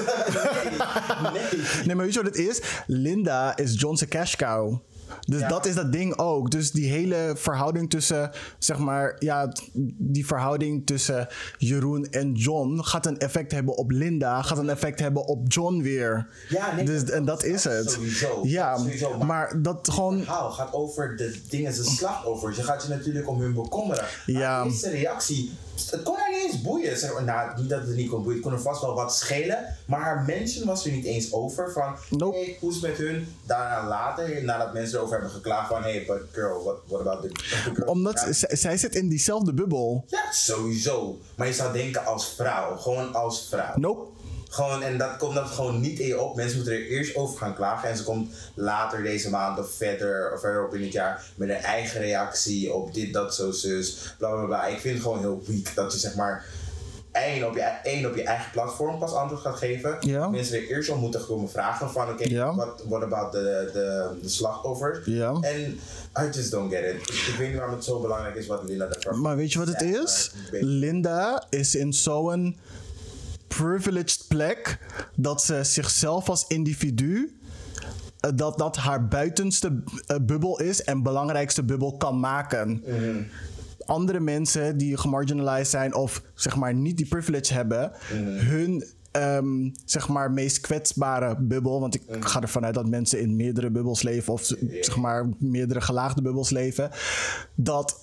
nee, nee. Nee, maar weet je wat het is? Linda is John's cash cow. Dus ja. Dat is dat ding ook. Dus die hele verhouding tussen, zeg maar, ja, die verhouding tussen Jeroen en John gaat een effect hebben op Linda, gaat een effect hebben op John weer. Ja, nee, dus, en dat, dat is het. Sowieso. Ja, sowieso. Maar, maar dat gewoon. Het verhaal gaat over de dingen, de slachtoffers. Je gaat je natuurlijk om hun bekommeren. Ja. Maar deze reactie, het kon haar niet eens boeien. Zeg maar, nou, niet dat het niet kon boeien, het kon er vast wel wat schelen. Maar haar mention was er niet eens over. Van, nope. Hey, hoe is het met hun? Daarna later, nadat mensen erover hebben geklaagd van, hey, but girl, what, what about the, the girl? Omdat ja. z- zij zit in diezelfde bubbel. Ja, sowieso. Maar je zou denken als vrouw, gewoon als vrouw. Nope. Gewoon, en dat komt dat gewoon niet in je op. Mensen moeten er eerst over gaan klagen. En ze komt later deze maand of verder, of verder op in het jaar met een eigen reactie op dit, dat, zo, zus. Bla bla bla. Ik vind het gewoon heel weak dat je zeg maar één op je, één op je eigen platform pas antwoord gaat geven. Ja. Mensen er eerst om moeten komen vragen van oké, okay, ja. what, what about de, de, de slachtoffers? Ja. En I just don't get it. Ik weet niet waarom het zo belangrijk is wat Linda daarvoor. Maar weet je wat het is? Linda is in zo'n privileged plek dat ze zichzelf als individu, dat dat haar buitenste bubbel is en belangrijkste bubbel kan maken. Mm-hmm. Andere mensen die gemarginalized zijn of zeg maar niet die privilege hebben, mm-hmm. hun um, zeg maar meest kwetsbare bubbel, want ik mm-hmm. ga ervan uit dat mensen in meerdere bubbels leven of yeah. zeg maar meerdere gelaagde bubbels leven, dat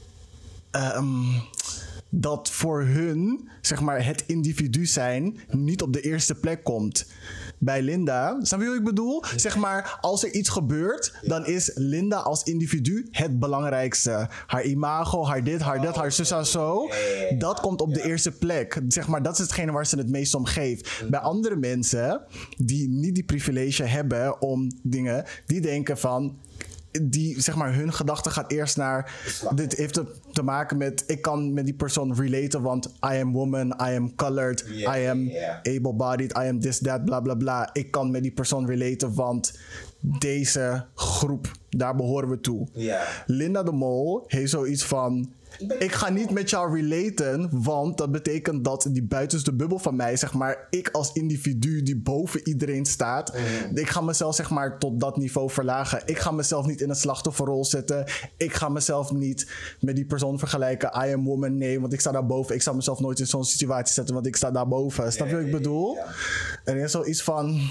um, dat voor hun, zeg maar, het individu zijn niet op de eerste plek komt. Bij Linda, snap je wat ik bedoel? Ja. Zeg maar, als er iets gebeurt, ja. dan is Linda als individu het belangrijkste. Haar imago, haar dit, haar dat, haar zus, haar zo. Ja, ja, ja. Dat komt op ja. de eerste plek. Zeg maar, dat is hetgene waar ze het meest om geeft. Mm. Bij andere mensen, die niet die privilege hebben om dingen, die denken van, die, zeg maar, hun gedachte gaat eerst naar, dit heeft te, te maken met, ik kan met die persoon relaten, want I am woman, I am colored, yeah, I am yeah. able-bodied, I am this, that, bla bla bla. Ik kan met die persoon relaten, want deze groep, daar behoren we toe. Yeah. Linda de Mol heeft zoiets van, ik ga niet met jou relaten, want dat betekent dat die buitenste bubbel van mij, zeg maar, ik als individu die boven iedereen staat, mm. ik ga mezelf, zeg maar, tot dat niveau verlagen. Ik ga mezelf niet in een slachtofferrol zetten. Ik ga mezelf niet met die persoon vergelijken. I am woman, nee, want ik sta daar boven. Ik zou mezelf nooit in zo'n situatie zetten, want ik sta daar boven. Snap je wat ik bedoel? Ja. Er is zoiets van,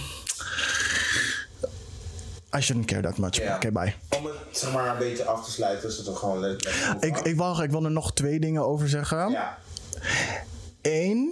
I shouldn't care that much. Ja. Oké, okay, bye. Om het, zeg maar, een beetje af te sluiten, is het toch gewoon leuk. Ik, ik, wil, ik wil er nog twee dingen over zeggen. Ja. Eén.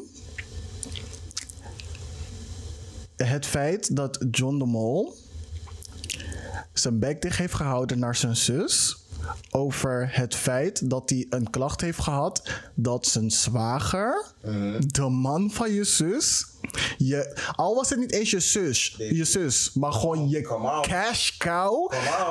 Het feit dat John de Mol zijn bek dicht heeft gehouden naar zijn zus, over het feit dat hij een klacht heeft gehad dat zijn zwager, mm. de man van je zus, je, al was het niet eens je zus, je zus, maar gewoon je cash cow,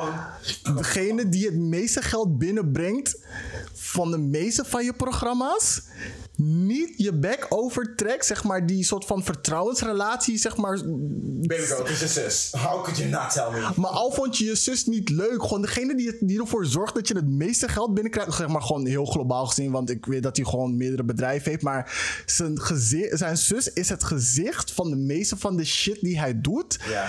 degene die het meeste geld binnenbrengt van de meeste van je programma's, niet je bek overtrekt, zeg maar, die soort van vertrouwensrelatie, zeg maar. Baby girl, het is je zus. How could you not tell me? Maar al vond je je zus niet leuk, gewoon degene die, het, die ervoor zorgt dat je het meeste geld binnenkrijgt, zeg maar gewoon heel globaal gezien, want ik weet dat hij gewoon meerdere bedrijven heeft, maar zijn, gezi- zijn zus is het gezicht van de meeste van de shit die hij doet. Ja.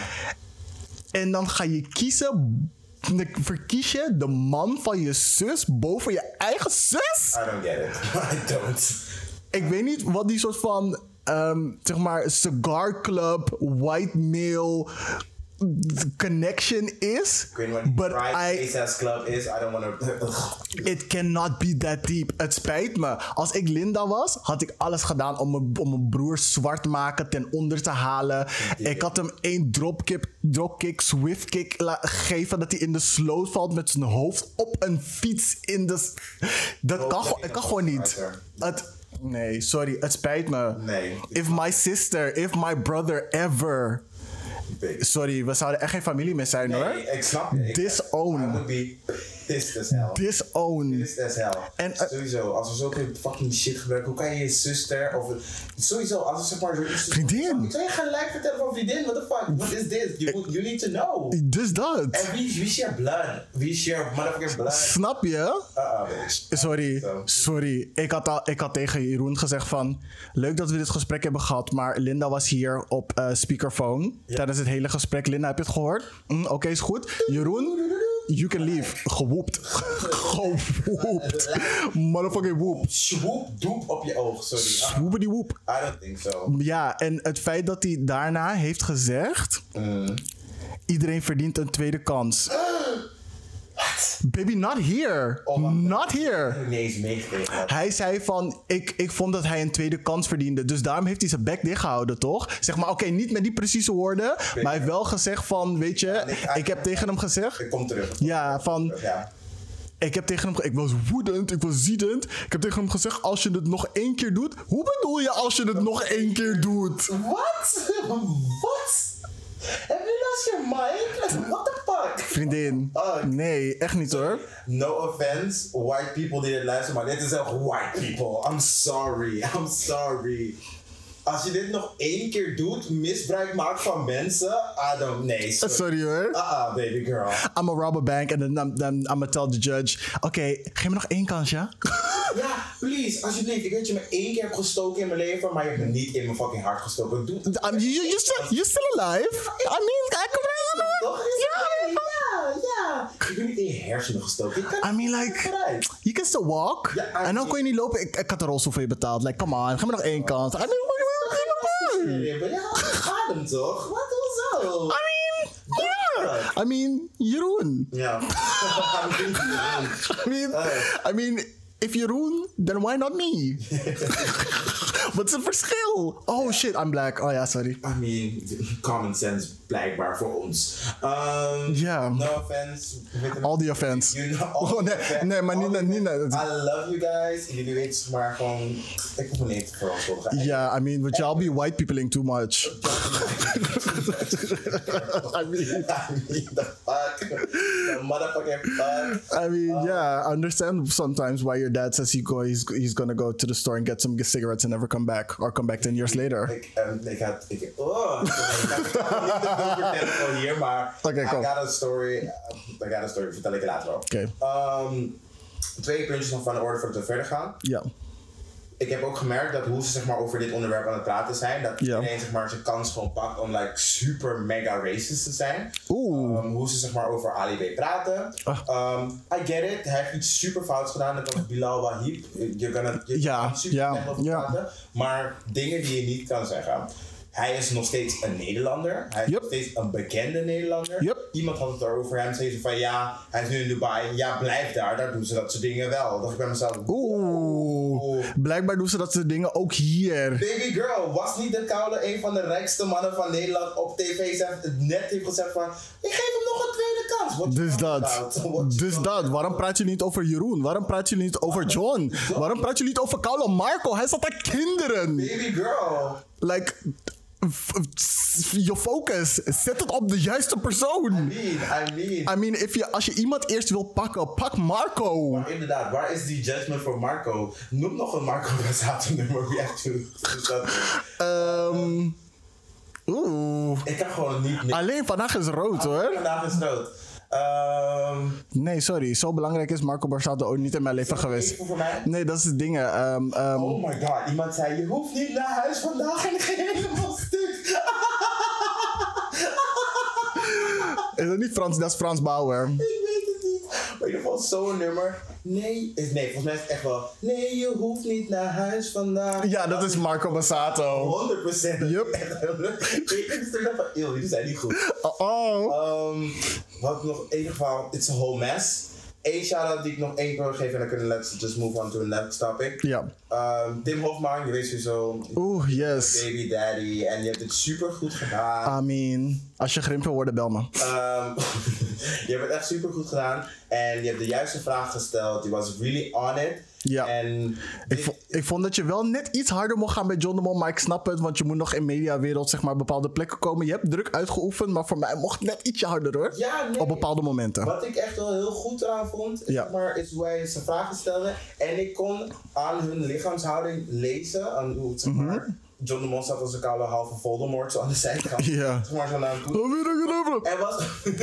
En dan ga je kiezen, verkies je de man van je zus boven je eigen zus? I don't get it. I don't. Ik weet niet wat die soort van, um, zeg maar, cigar club, white male connection is. Ik weet niet wat but die I, Price Club is. I don't want to... It cannot be that deep. Het spijt me. Als ik Linda was, had ik alles gedaan om mijn, om mijn broer zwart te maken, ten onder te halen. Yeah. Ik had hem één dropkick, dropkick, swiftkick gegeven, dat hij in de sloot valt met zijn hoofd op een fiets in de... Dat oh, kan, ik kan gewoon niet. Het, nee, sorry. Het spijt me. Nee. If my sister, if my brother ever... Sorry, we zouden echt geen familie meer zijn, nee, hoor. Ik snap je. Disown. I would be pissed as hell. Disown. Pissed as hell. En, uh, sowieso, als we zulke fucking shit gebruiken, hoe kan je je zuster of... Sowieso, als we zeg maar... Vriendin. Ik zou je gelijk vertellen van vriendin, what the fuck? What is this? You, you need to know. Dus dat. En wie, wie is je blood? Wie is je motherfucking blood? Snap je? Uh-uh, bitch. Sorry, so. sorry. Ik had, al, ik had tegen Jeroen gezegd van... Leuk dat we dit gesprek hebben gehad, maar Linda was hier op uh, speakerphone ja. tijdens het hele gesprek. Linda, heb je het gehoord? Mm, Oké, okay, is goed. Jeroen... You can leave. Gewoept. Gewoept. Motherfucking woep. Swoep, doep op je oog. Sorry. Swoepity woep. I don't think so. Ja, en het feit dat hij daarna heeft gezegd... Mm. Iedereen verdient een tweede kans. What? Baby, not here. Oh, not here. Ik heb niet eens meegekregen. Hij zei van, ik, ik vond dat hij een tweede kans verdiende. Dus daarom heeft hij zijn bek dichtgehouden, toch? Zeg maar, oké, okay, niet met die precieze woorden. Maar hij heeft wel gezegd van, weet je... Ja, ik, ik, ik heb tegen hem gezegd... Ik kom terug. Ja, van... Ja. Ik heb tegen hem... Ik was woedend, ik was ziedend. Ik heb tegen hem gezegd, als je het nog één keer doet... Hoe bedoel je als je het nog één keer doet? Wat? Wat? Have you lost your mind? What the fuck? Vriendin. Uh, nee, echt niet hoor. No offense, white people die het luisteren, maar dit is echt white people. I'm sorry, I'm sorry. Als je dit nog één keer doet, misbruik maakt van mensen, I don't, nee. Sorry, sorry hoor. Uh-uh, baby girl. I'm a rob a bank and then I'm, then I'm gonna tell the judge, oké, okay, geef me nog één kans, ja? Ja, please, alsjeblieft. Ik weet dat je me één keer hebt gestoken in mijn leven, maar je hebt me niet in mijn fucking hart gestoken. Doe you, you still, you're still alive? I mean, I come Toch? Ja, ja, ja. Ik ben niet in je hersenen gestoken. I mean, like, you can still walk. Ja, en dan kon je niet lopen. Ik, ik had de rolstoel voor je betaald. Like, come on, geef me nog één kans. I mean, ja, gaat hem toch? Wat, hoezo? I mean, yeah. I mean, Jeroen. Ja. I mean, I mean, if Jeroen, then why not me? Wat is het verschil? Oh shit, I'm black. Oh ja, sorry. I mean, common sense blijkbaar voor ons. Um, yeah. No offense. All the offense. You know, all oh, nee, offense. nee, maar niet... niet I love you guys. Jullie weten maar gewoon... Ik hoef niet voor ons te gaan. Yeah, I mean, but y'all be white peopling too much. I mean... I mean, the fuck. The motherfucking fuck. I mean, uh, yeah, I understand sometimes why your dad says he go, he's, he's gonna go to the store and get some cigarettes and never come back. Or come back ten years later. Ik, um, ik had... Ik, oh, ik ga niet vertellen hier, maar... Okay, I cool. got a story. I got a story. Vertel ik je later wel. Oké. Okay. Um, twee puntjes nog van de orde voordat we verder gaan. Ja. Ik heb ook gemerkt dat hoe ze zeg maar, over dit onderwerp aan het praten zijn, dat ja. iedereen zeg maar, zijn kans gewoon pakt om like, super mega racist te zijn. Oeh. Um, hoe ze zeg maar, over Ali B praten. Ah. Um, I get it, hij heeft iets super fouts gedaan, net als Bilal Wahib. Je kan het je ja. kan super ja. slecht over ja. praten, maar dingen die je niet kan zeggen. Hij is nog steeds een Nederlander. Hij is yep. nog steeds een bekende Nederlander. Yep. Iemand had het erover hem. Zei ze van ja, hij is nu in Dubai. Ja, blijf daar. Daar doen ze dat soort dingen wel. Dan dacht ik bij mezelf. Oeh. Oeh. Blijkbaar doen ze dat soort dingen ook hier. Baby girl, was niet de Koude een van de rijkste mannen van Nederland op tv? Net heeft gezegd van, ik geef hem nog een tweede kans. What Dus you dat. about? What you Dus talking dat. Waarom about? praat je niet over Jeroen? Waarom praat je niet over John? Waarom praat je niet over Carlo Marco? Hij zat daar kinderen. Baby girl. Like, f- f- je focus. Zet het op de juiste persoon. I mean, I mean. I mean, if je, als je iemand eerst wil pakken, pak Marco. Maar inderdaad, waar is die judgment voor Marco? Noem nog een Marco Bazzato nummer react to. Dus dat- Ehm Oeh. Ik kan gewoon niet meer. Alleen vandaag is rood hoor. Vandaag is rood. Ehm Nee, sorry. Zo belangrijk is Marco Borsato ook niet in mijn leven is dat geweest. even voor mij? Nee, dat is het ding. ehm ehm, Oh my god, iemand zei je hoeft niet naar huis vandaag en ik ging helemaal stuk. Is dat niet Frans? Dat is Frans Bauer. Ik weet het niet. Maar in ieder geval zo'n nummer. Nee, is, nee, volgens mij is het echt wel. Nee, je hoeft niet naar huis vandaag. Ja, dat is Marco Borsato. honderd procent. Yup. Ik dacht van, eeuw, die zijn niet goed. Oh oh. Um, wat nog in ieder geval, it's a whole mess. Eén shout-out die ik nog één keer wil geven en dan kunnen we let's just move on to the next topic. Ja. Um, Tim Hofman, je weet sowieso. Oeh, yes. Baby daddy en je hebt het super goed gedaan. I mean, als je grimp wil worden, bel me. Um, je hebt het echt super goed gedaan en je hebt de juiste vraag gesteld. Je was really on it. Ja. En Ik, dit- vo- ik vond dat je wel net iets harder mocht gaan bij John de Mol, maar ik snap het, want je moet nog in mediawereld zeg maar bepaalde plekken komen. Je hebt druk uitgeoefend, maar voor mij mocht het net ietsje harder hoor. Ja, nee. Op bepaalde momenten. Wat ik echt wel heel goed eraan vond, Ja. zeg maar, is hoe hij zijn vragen stelde. En ik kon aan hun lichaamshouding lezen, aan hoe het, zeg maar, John de Mol zat als een koude halve Voldemort zo aan de zijkant. Ja. Zeg maar zo naar hem toe. Oh, weer een gedaan. Er was,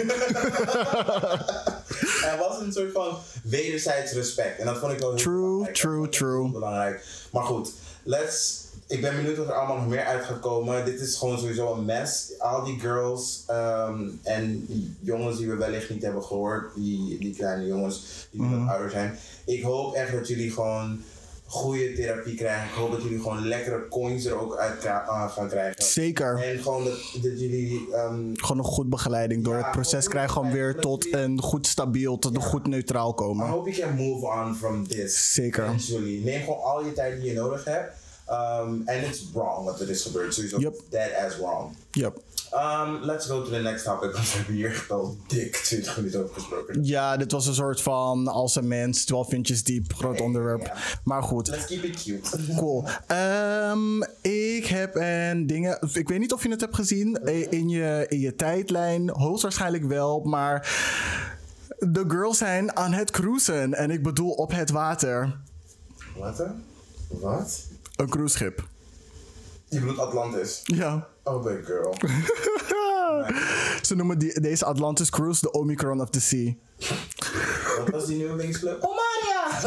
er was een soort van wederzijds respect. En dat vond ik wel heel True, belangrijk. true, Dat vond ik true. heel belangrijk. Maar goed, let's... Ik ben benieuwd wat er allemaal nog meer uit gaat komen. Dit is gewoon sowieso een mess. Al die girls ehm, en die jongens die we wellicht niet hebben gehoord. Die, die kleine jongens die Mhm. wat ouder zijn. Ik hoop echt dat jullie gewoon goede therapie krijgen. Ik hoop dat jullie gewoon lekkere coins er ook uit kra- aan gaan krijgen. Zeker. En gewoon dat, dat jullie... ehm, Gewoon een goed begeleiding door Ja, het proces gewoon krijgen om weer begeleiding, tot dat je- een goed stabiel, tot een Ja. goed neutraal I komen. hope you can move on from this. Zeker. Eventually. Neem gewoon al je tijd die je nodig hebt. Um, and it's wrong wat er is gebeurd. Sowieso Yep. dead as wrong. Yep. Um, let's go to the next topic. Want we hebben hier echt al dik twintig minuten over gesproken. Ja, dit was een soort van als een mens, twaalf inches diep, groot onderwerp. Ja. Maar goed. Let's keep it cute. Cool. Ehm, ik heb een dingen. Ik weet niet of je het hebt gezien eh, in je, in je tijdlijn. Hoogstwaarschijnlijk wel, maar de girls zijn aan het cruisen. En ik bedoel op het water. Wat hè? Wat? Een cruiseschip. Je bedoelt Atlantis. Ja. Oh, big girl. Ze noemen die, deze Atlantis Cruise de Omicron of the Sea. Wat was die nieuwe wingsclub? Oh, Maria!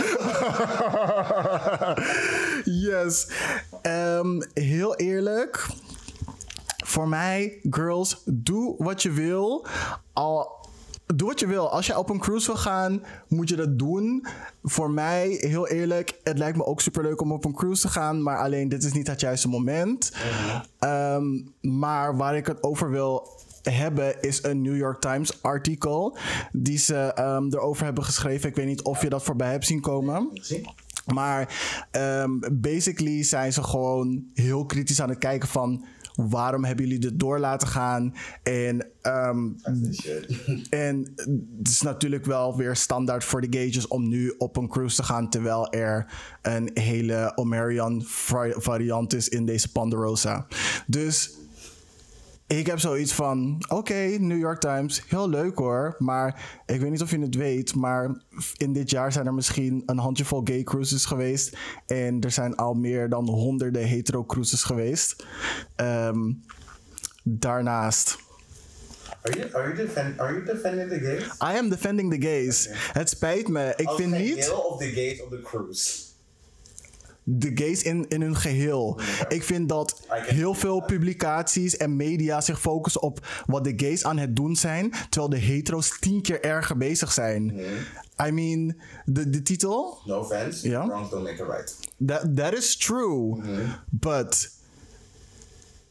Yes. Ehm, heel eerlijk. Voor mij, girls, doe wat je wil. Al, doe wat je wil. Als je op een cruise wil gaan, moet je dat doen. Voor mij, heel eerlijk, het lijkt me ook superleuk om op een cruise te gaan. Maar alleen, dit is niet het juiste moment. Ehm, maar waar ik het over wil hebben is een New York Times artikel die ze ehm, erover hebben geschreven. Ik weet niet of je dat voorbij hebt zien komen. Zie? Maar um, basically zijn ze gewoon heel kritisch aan het kijken van waarom hebben jullie dit door laten gaan? En, um, Shit. en het is natuurlijk wel weer standaard voor de gauges om nu op een cruise te gaan terwijl er een hele Omarion vari- variant is in deze Ponderosa. Dus ik heb zoiets van, oké, New York Times, heel leuk hoor. Maar ik weet niet of je het weet, maar in dit jaar zijn er misschien een handjevol gay cruises geweest. En er zijn al meer dan honderden hetero cruises geweest. Um, daarnaast... Are you, are, you defend, are you defending the gays? I am defending the gays. Het spijt me. Ik Als vind niet... geheel of de gays op de cruise? De gays in, in hun geheel. Ik vind dat heel veel publicaties en media zich focussen op wat de gays aan het doen zijn, terwijl de hetero's tien keer erger bezig zijn. I mean, de, de titel? No offense. Ja. Wrongs don't make it right. That, that is true. But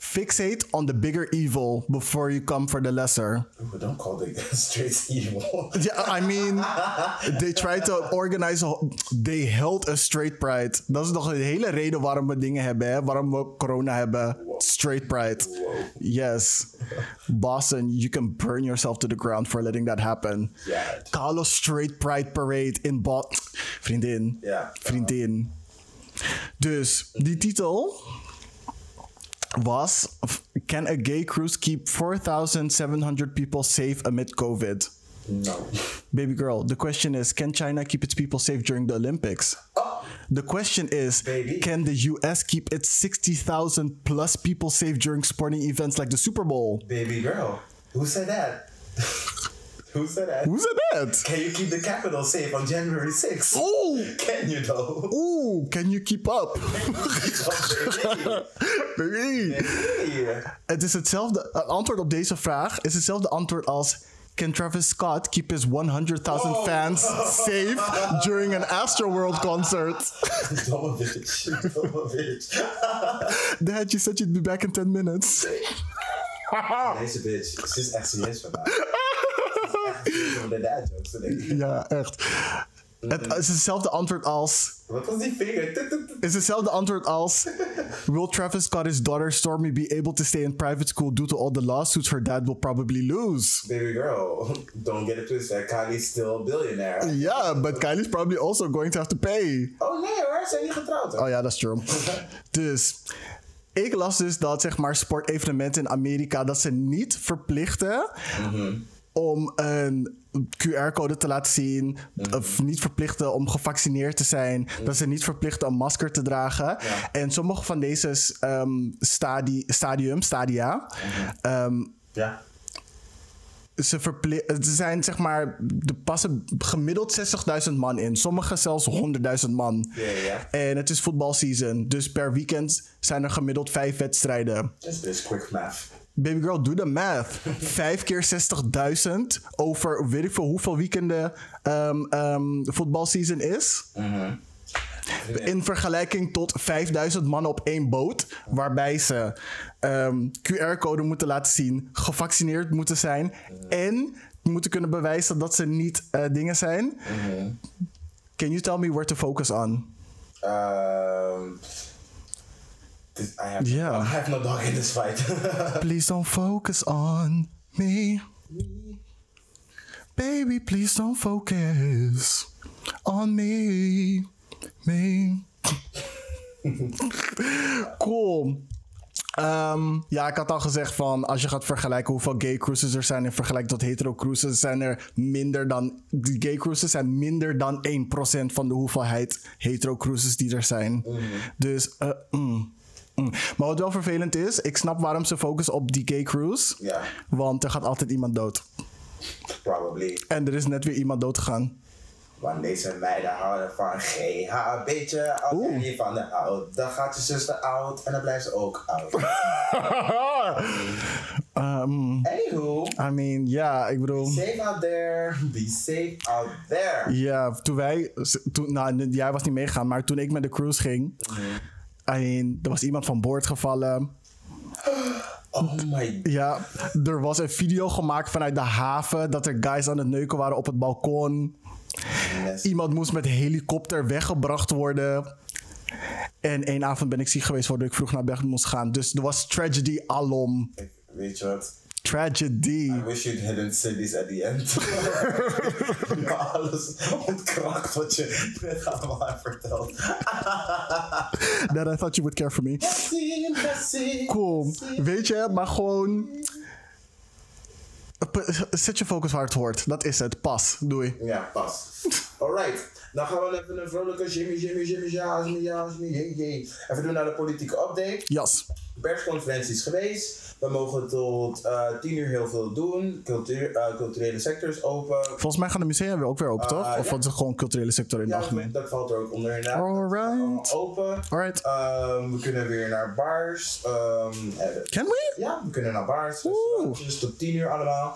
fixate on the bigger evil before you come for the lesser. Ooh, don't call the straights evil. Yeah, I mean, they tried to organize, a, they held a straight pride. Dat is nog een hele reden waarom we dingen hebben, hè? Waarom we corona hebben. Wow. Straight pride. Wow. Yes. Boston, you can burn yourself to the ground for letting that happen. Yeah. Carlos Straight Pride Parade in Boston. Vriendin. Ja. Vriendin. Dus, die titel was... Can a gay cruise keep four thousand seven hundred people safe amid COVID? No. Baby girl, the question is, can China keep its people safe during the Olympics? Oh. The question is, Baby. can the U S keep its sixty thousand plus people safe during sporting events like the Super Bowl? Baby girl, who said that? Who said that? Who said that? Can you keep the capital safe on January sixth? Ooh! Can you though? Ooh, can you keep up? Baby. Baby. Het is hetzelfde, het antwoord op deze vraag is hetzelfde antwoord als... Can Travis Scott keep his one hundred thousand Oh. fans safe during an Astroworld concert? Domme bitch. Domme bitch. Dad, you said you'd be back in ten minutes. Deze bitch, ze is echt serieus vandaag. Ze is echt serieus om de dad jokes te denken. Ja, echt. Het is hetzelfde antwoord als... Wat was die vinger? Tut, tut, tut. Het is hetzelfde antwoord als... Will Travis Scott's daughter Stormy be able to stay in private school due to all the lawsuits her dad will probably lose? Baby girl, don't get it twisted. Kylie's still a billionaire. Yeah, but Kylie's probably also going to have to pay. Oh nee hoor, ze zijn niet getrouwd hoor. Oh ja, dat is true. Dus... Ik las dus dat, zeg maar, sportevenementen in Amerika... dat ze niet verplichten... Mm-hmm. om een Q R-code te laten zien. Mm-hmm. Of niet verplichten om gevaccineerd te zijn. Mm-hmm. Dat ze niet verplichten een masker te dragen. Ja. En sommige van deze um, stadi- stadium, stadia... Mm-hmm. Um, ja. Ze, verpli- ze zijn, zeg maar, er passen gemiddeld zestigduizend man in. Sommige zelfs honderdduizend man. Yeah, yeah. En het is voetbalseason. Dus per weekend zijn er gemiddeld vijf wedstrijden. This is quick math. Baby girl, doe de math. Vijf keer zestigduizend over weet ik veel hoeveel weekenden um, um, voetbalseason is. Mm-hmm. In vergelijking tot vijfduizend man op één boot. Waarbij ze um, Q R-code moeten laten zien. Gevaccineerd moeten zijn. Mm-hmm. En moeten kunnen bewijzen dat ze niet uh, dingen zijn. Mm-hmm. Can you tell me where to focus on? Um, this, I, have, yeah. I have no dog in this fight. Please don't focus on me. Baby, please don't focus on me. Me. Cool. Um, ja, ik had al gezegd van... als je gaat vergelijken hoeveel gay cruises er zijn... in vergelijking tot hetero cruises... zijn er minder dan... die gay cruises zijn minder dan één procent... van de hoeveelheid hetero cruises die er zijn. Mm-hmm. Dus... Uh, mm, mm. Maar wat wel vervelend is... ik snap waarom ze focussen op die gay cruise. Yeah. Want er gaat altijd iemand dood. Probably. En er is net weer iemand dood gegaan. Want deze meiden houden van G H beetje. Als je niet van de oud, dan gaat je zuster oud en dan blijft ze ook oud. um, Anywho. I mean, ja, yeah, ik bedoel... Be safe out there. Be safe out there. Ja, toen wij... Toen, nou, jij was niet meegegaan, maar toen ik met de cruise ging... Mm-hmm. I mean, er was iemand van boord gevallen. Oh my god. Ja, er was een video gemaakt vanuit de haven... dat er guys aan het neuken waren op het balkon... Yes. Iemand moest met helikopter weggebracht worden. En één avond ben ik ziek geweest waardoor ik vroeg naar bed moest gaan. Dus er was tragedy alom. Weet je wat? Tragedy. I wish you'd hidden cities at the end. Maar alles ontkracht wat je net allemaal hebt verteld. That I thought you would care for me. Cool. Weet je, maar gewoon... Zet je focus waar het hoort. Dat is het. Pas. Doei. Ja, pas. Alright. Dan gaan we even een vrolijke Jimmy, Jimmy, Jimmy, Jimmy, Jimmy, Jimmy, Jimmy. Even doen naar de politieke update. Yes. Persconferentie is geweest. We mogen tot uh, tien uur heel veel doen. Cultuur, uh, culturele sector is open. Volgens mij gaan de musea weer ook weer open, uh, toch? Of ja. Wat is gewoon culturele sector in het ja, algemeen? Dat, dat valt er ook onder inderdaad. Alright. Open. Alright. Um, we kunnen weer naar bars. Um, Can we? Ja, we kunnen naar bars. Restaurantjes tot tien uur allemaal.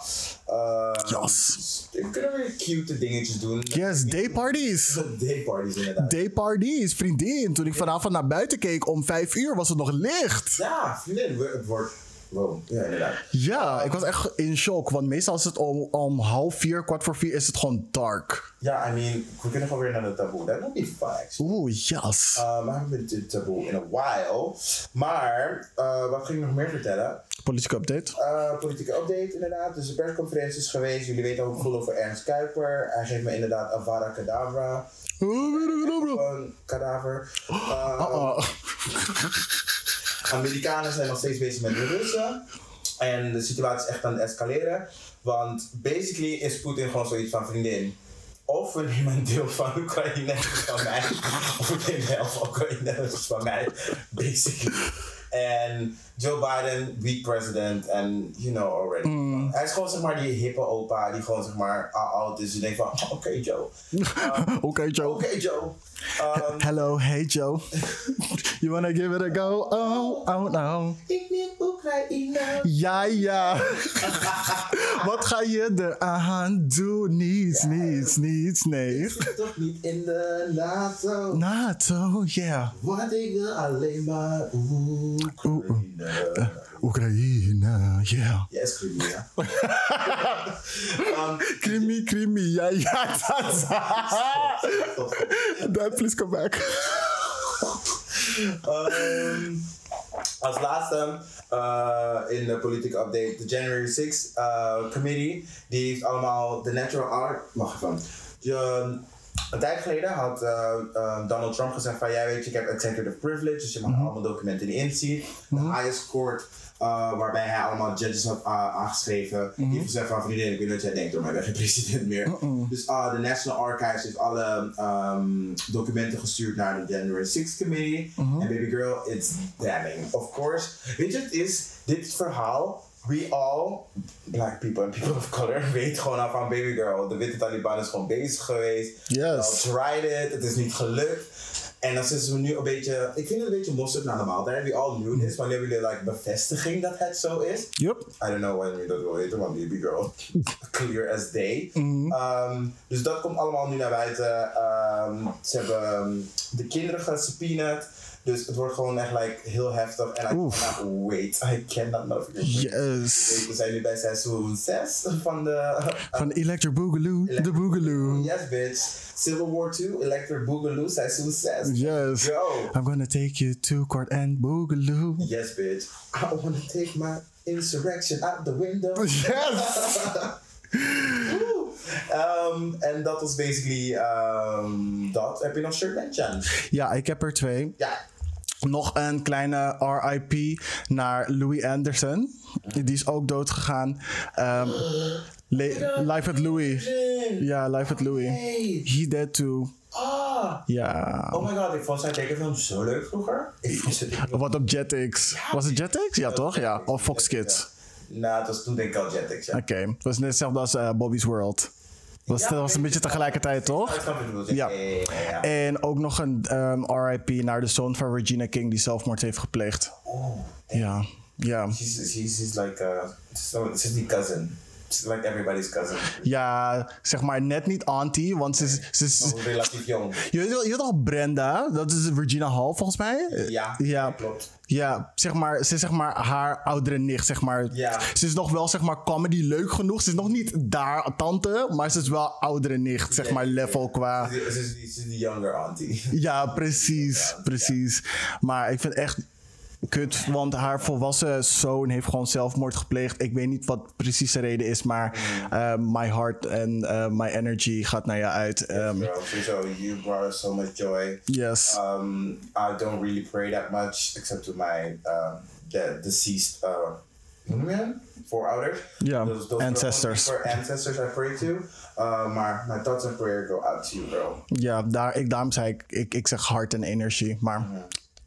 Uh, Yes. We kunnen weer cute dingetjes doen. Yes, dayparties. Dayparties inderdaad. Dayparties, vriendin. Toen ik vanavond naar buiten keek om vijf uur was het nog licht. Ja, vriendin, het wordt... Wow, ja inderdaad. Ja, ik was echt in shock. Want meestal is het om, om half vier, kwart voor vier is het gewoon dark. Ja, I mean, we kunnen gewoon weer naar de taboe. Dat would be fun, actually. Oeh, yes. Uh, we hebben de taboe in a while. Maar, uh, wat ging ik nog meer vertellen? Politieke update. Uh, politieke update, inderdaad. Dus de persconferentie is geweest. Jullie weten ook veel over Ernst Kuiper. Hij geeft me inderdaad Avada Kedavra. Een kadaver. Uh, Uh-oh. Amerikanen zijn nog steeds bezig met de Russen. En de situatie is echt aan het escaleren. Want basically is Poetin gewoon zoiets van vriendin. Of we nemen een deel van Oekraïne van mij. Of we nemen de helft van Oekraïne van mij. Basically. En Joe Biden, weak president. En you know already. Mm. Hij is gewoon zeg maar die hippe opa. Die gewoon zeg maar oud is. Je denkt van oké okay, Joe. Um, Oké okay, Joe. Oké okay, Joe. Um, Hello, hey Joe. You wanna give it a go? Oh, oh no. Ik neem Oekraïne. Ja, ja. Wat ga je er aan doen? Niets, ja, niets, niets, nee. Ik zit toch niet in de NATO. NATO, ja. Yeah. Want ik wil alleen maar Oekraïne. Uh, Oekraïne, ja. Yeah. Yes, Crimea. um, Krimi, Krimi, ja, ja. Dad, please come back. um, als laatste uh, in de politieke update, de January sixth uh, committee, die heeft allemaal de natural art. Wacht even. Je, een tijd geleden had uh, uh, Donald Trump gezegd van, jij weet je, ik heb executive privilege, dus je mag mm-hmm. allemaal documenten die inzien. Mm-hmm. De highest court, uh, waarbij hij allemaal judges had uh, aangeschreven, mm-hmm. die heeft gezegd van, vriendin, ik weet niet wat jij denkt, maar ik ben geen president meer. Mm-mm. Dus uh, de National Archives heeft alle um, documenten gestuurd naar de January sixth committee. Mm-hmm. En baby girl, it's damning. Of course. Weet je, het is dit verhaal. We all, black people and people of color, weten gewoon af van baby girl. De witte Taliban is gewoon bezig geweest. Yes. Tried it, het is niet gelukt. En dan zitten we nu een beetje, ik vind het een beetje mosterd naar de maaltijd. We all knew this, maar nu hebben jullie like bevestiging dat het zo is. Yep. I don't know wanneer dat wil weten, want baby girl, clear as day. Mm-hmm. Um, dus dat komt allemaal nu naar buiten. Um, ze hebben um, de kinderen gesubpoenaed. Dus het wordt gewoon echt like, heel heftig. En I cannot wait. I cannot know. Yes. We zijn nu bij seizoen zes van de... Uh, van Electric Boogaloo. De Boogaloo. Yes, bitch. Civil War two, Electric Boogaloo, seizoen zes. Yes. Go. I'm gonna take you to court and Boogaloo. Yes, bitch. I wanna take my insurrection out the window. Yes. Um, en dat was basically um, dat. Heb je nog shirt mentions? Ja, ik heb er twee. Ja. Nog een kleine R I P naar Louis Anderson. Die is ook dood gegaan. Um, Le- Live at Louis. Ja, Live at Louis. He dead too. Ah. Ja. Oh my god, ik vond zijn tekenfilm zo leuk vroeger. Ik vond het... Wat op Jetix? Ja, was het Jetix? Ja, toch? Ja. Of Fox Kids? Ja. Nou, het was toen denk ik al Jetix, ja. Oké. Okay. Het was net hetzelfde als uh, Bobby's World. Was, ja, was een beetje tegelijkertijd, toch? Ja. Ja. Ja. En ook nog een um, R I P naar de zoon van Regina King die zelfmoord heeft gepleegd. Oh. Ja. Ja. She's, she's, she's like, uh, she's die cousin. She's like everybody's cousin. Ja, zeg maar net niet auntie, want ze is... Ze is oh, relatief jong. Je weet, je weet toch Brenda? Dat is Regina Hall volgens mij? Ja, ja. klopt. Ja, zeg maar, ze is zeg maar haar oudere nicht, zeg maar. Ja. Ze is nog wel, zeg maar, comedy leuk genoeg. Ze is nog niet daar tante, maar ze is wel oudere nicht, zeg maar, level yeah. qua... Ze is, is, is de younger auntie. Ja, precies, ja, precies. Ja. Maar ik vind echt kut, want haar volwassen zoon heeft gewoon zelfmoord gepleegd. Ik weet niet wat precies de reden is, maar mm. uh, my heart and uh, my energy gaat naar je uit. Um, yes, bro. So you brought us so much joy. Yes. Um, I don't really pray that much, except to my uh, de- deceased uh, voorouders. Yeah, those, those ancestors. For ancestors I pray to. Uh, maar my thoughts and prayer go out to you, bro. Ja, daar, ik, daarom zei ik, ik, ik zeg heart en energie, maar... Mm-hmm.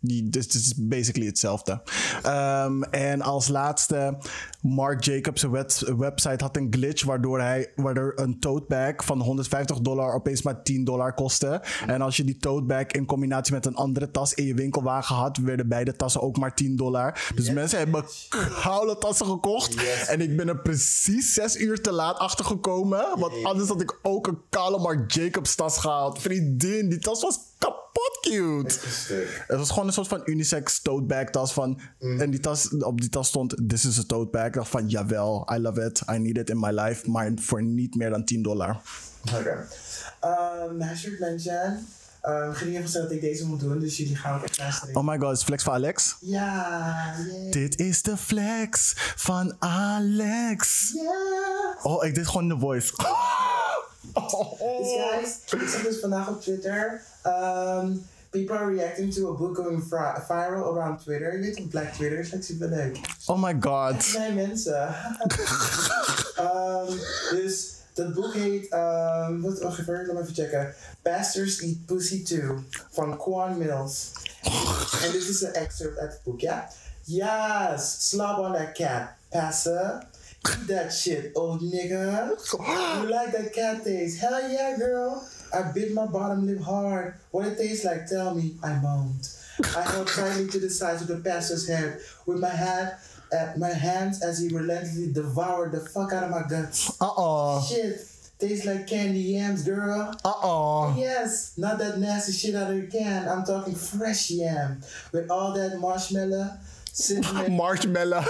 Die, dus het is basically hetzelfde. Um, en als laatste, Marc Jacobs' web, website had een glitch waardoor, hij, waardoor een tote bag van honderdvijftig dollar opeens maar tien dollar kostte. En als je die tote bag in combinatie met een andere tas in je winkelwagen had, werden beide tassen ook maar tien dollar. Dus yes, mensen hebben koude tassen gekocht. Yes. En ik ben er precies zes uur te laat achter gekomen. Want anders had ik ook een koude Marc Jacobs tas gehaald. Vriendin, die tas was kapot cute. Het was gewoon een soort van unisex tote bag tas van... Mm. En die tas, op die tas stond, this is a tote bag. Ik dacht van, jawel, I love it. I need it in my life. Maar voor niet meer dan tien dollar. Oké. Okay. Um, Hashtag mention. Um, ik ging even zeggen dat ik deze moet doen, dus jullie gaan ook echt luisteren. Oh my god, is het flex van Alex? Ja, yeah. Dit is de flex van Alex. Ja. Yeah. Oh, ik deed gewoon de voice. Oh. Dus guys, ik zag dus vandaag op Twitter. Um, people are reacting to a book going viral around Twitter. Je weet wat Black Twitter is, dat is super leuk. Oh my god. Dat zijn mensen. um, dus dat boek heet, um, wat, wacht even, laat me even checken. Bastards Eat Pussy Too, van Quan Mills. En dit is een excerpt uit het boek, ja? Yes, slob on that cat, passer. Eat that shit, old nigga. You like that cat taste? Hell yeah, girl. I bit my bottom lip hard. What it tastes like, tell me. I moaned. I held tightly to the sides of the pastor's head with my hand at my hands as he relentlessly devoured the fuck out of my guts. Uh-oh. Shit. Tastes like candy yams, girl. Uh-oh. Yes, not that nasty shit out of the can. I'm talking fresh yam. With all that marshmallow, cinnamon... Marshmallow.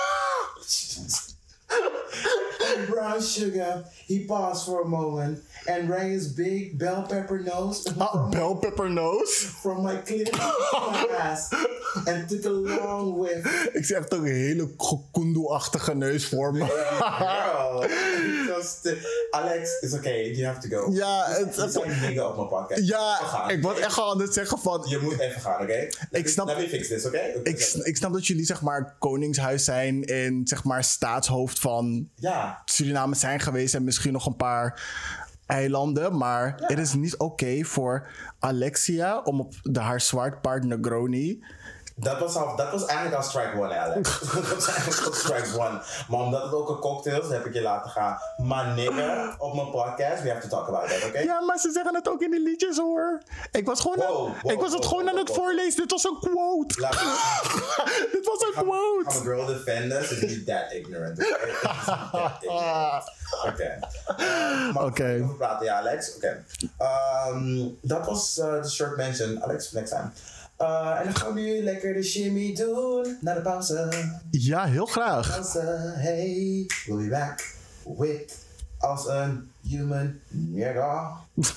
and brown sugar. He paused for a moment and ran his big bell pepper nose... Uh, bell pepper nose? From my clear my ass. And took a long whiff. Ik zie echt een hele kundu-achtige neus voor me. Girl. Just, uh, Alex, it's okay. You have to go. Ja, het is een dingen op mijn podcast. Ja, ik wil echt al aan het zeggen van... Je moet even gaan, oké? Okay? Ik snap... Let me fix this, oké? Okay? Ik, ik snap dat jullie zeg maar koningshuis zijn en zeg maar staatshoofd van ja. Suriname zijn geweest en misschien nog een paar eilanden, maar ja. Het is niet oké okay voor Alexia om op de haar zwart paard Negroni... Dat was, al, dat was eigenlijk al strike one, Alex. Dat was eigenlijk al strike one. Maar omdat het ook een cocktail is, heb ik je laten gaan. Maar nigga, op mijn podcast, we have to talk about that, oké? Okay? Ja, maar ze zeggen het ook in de liedjes, hoor. Ik was gewoon, wow, aan, wow, ik was wow, het gewoon wow, aan wow, het wow. voorlezen. Dit was een quote. Dit was een quote. I'm a girl defender, so you're that ignorant, oké? Oké. Oké. Oké. Over praten, ja, Alex? Oké. Okay. Um, dat was uh, de short mention. Alex, next time. Uh, en dan gaan we nu lekker de shimmy doen. Na de pauze. Ja, heel graag. Pauze. Hey, we'll be back with als een human nigga.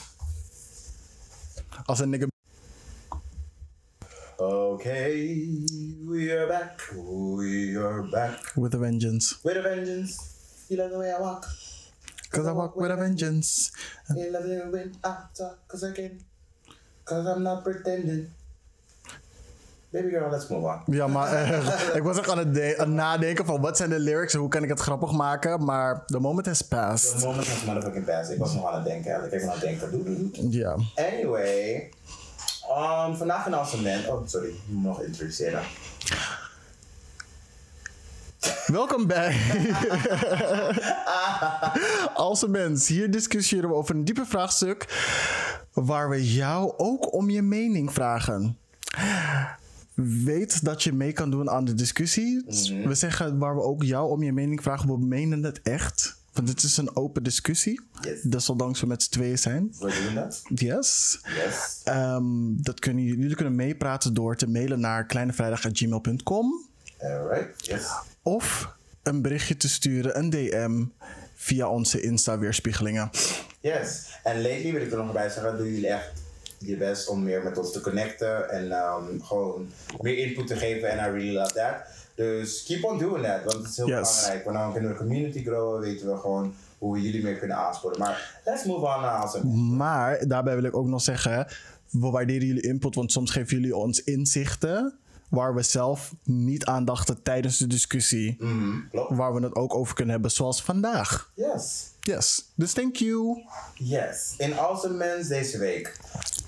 Als een nigga. Okay, we are back. We are back. With a vengeance. With a vengeance. You love the way I walk. Cause I walk with a vengeance. You love the way I talk. Cause I can. Cause I'm not pretending. Baby girl, let's move on. Ja, maar uh, ik was echt aan het, de- aan het nadenken van wat zijn de lyrics en hoe kan ik het grappig maken, maar the moment has passed. The moment has motherfucking passed. Ik was nog aan het denken. Ik heb nog aan het denken. Doe, doe, doe. Ja. Anyway. Um, vandaag een awesome man. Oh, sorry. Ik moet me nog introduceren. Welkom bij Als een Mens. Hier discussiëren we over een diepe vraagstuk waar we jou ook om je mening vragen. Weet dat je mee kan doen aan de discussie. Mm-hmm. We zeggen waar we ook jou om je mening vragen. We menen het echt. Want dit is een open discussie. Yes. Desondanks we met z'n tweeën zijn. We doen dat. Yes. Yes. Um, dat kunnen, jullie kunnen meepraten door te mailen naar kleinevrijdag at gmail dot com. Alright. Yes. Of een berichtje te sturen, een D M, via onze Insta-weerspiegelingen. Yes. En lately wil ik er nog bij zeggen, doen jullie echt je best om meer met ons te connecten en um, gewoon meer input te geven en I really love that. Dus keep on doing that, want het is heel yes. belangrijk. Want dan kunnen we de community growen, weten we gewoon hoe we jullie meer kunnen aansporen. Maar let's move on naar onze... Maar daarbij wil ik ook nog zeggen, we waarderen jullie input, want soms geven jullie ons inzichten waar we zelf niet aan dachten tijdens de discussie. Mm-hmm, klopt. Waar we het ook over kunnen hebben, zoals vandaag. Yes. Yes. Dus thank you. Yes. In Awesome Mens deze week.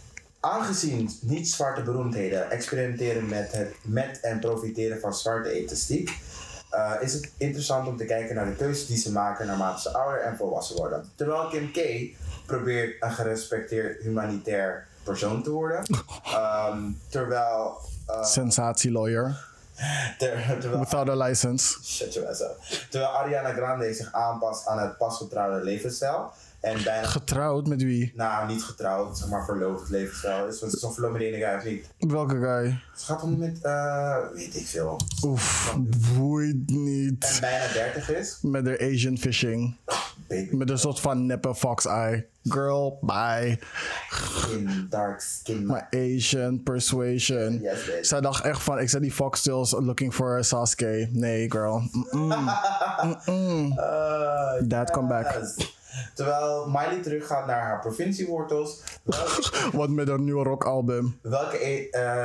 Aangezien niet-zwarte beroemdheden experimenteren met het met en profiteren van zwarte elastiek, uh, is het interessant om te kijken naar de keuzes die ze maken naarmate ze ouder en volwassen worden. Terwijl Kim K probeert een gerespecteerd humanitair persoon te worden, um, terwijl... Uh, Sensatielawyer. Ter, terwijl, Without a license. Shut your ass up. Terwijl Ariana Grande zich aanpast aan het pasgetrouwde levensstijl. En bijna... Getrouwd met wie? Nou, niet getrouwd, zeg maar verloofd levensstijl is. Want ze is toch verloofd met de ene guy of niet? Welke guy? Ze gaat om met, uh, weet ik veel. Oef, boeit niet. En bijna dertig is. Met de Asian fishing. Baby. Met een soort van neppe fox eye. Girl, bye. In dark skin. My Asian persuasion. Yes, baby. Zij dacht echt van, ik zet die foxtails looking for a Sasuke. Nee, girl. Mm-mm. Mm-mm. Uh, Dad, come back. yes. Terwijl Miley teruggaat naar haar provinciewortels. Welke, Wat met een nieuwe rockalbum. welke uh,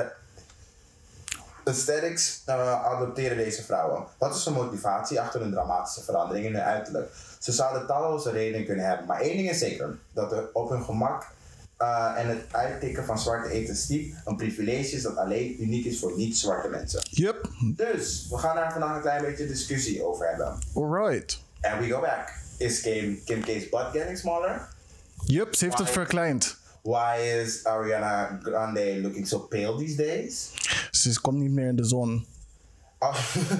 aesthetics uh, adopteren deze vrouwen? Wat is de motivatie achter een dramatische verandering in hun uiterlijk? Ze zouden talloze redenen kunnen hebben, maar één ding is zeker: dat er op hun gemak uh, en het uittikken van zwarte elastiek een privilege is dat alleen uniek is voor niet-zwarte mensen. Yep. Dus we gaan daar vandaag een klein beetje discussie over hebben. Alright. And we go back. Is Kim, Kim K's butt getting smaller? Yep, ze heeft het Why? verkleind. Why is Ariana Grande looking so pale these days? Ze komt niet meer in de zon. Oh.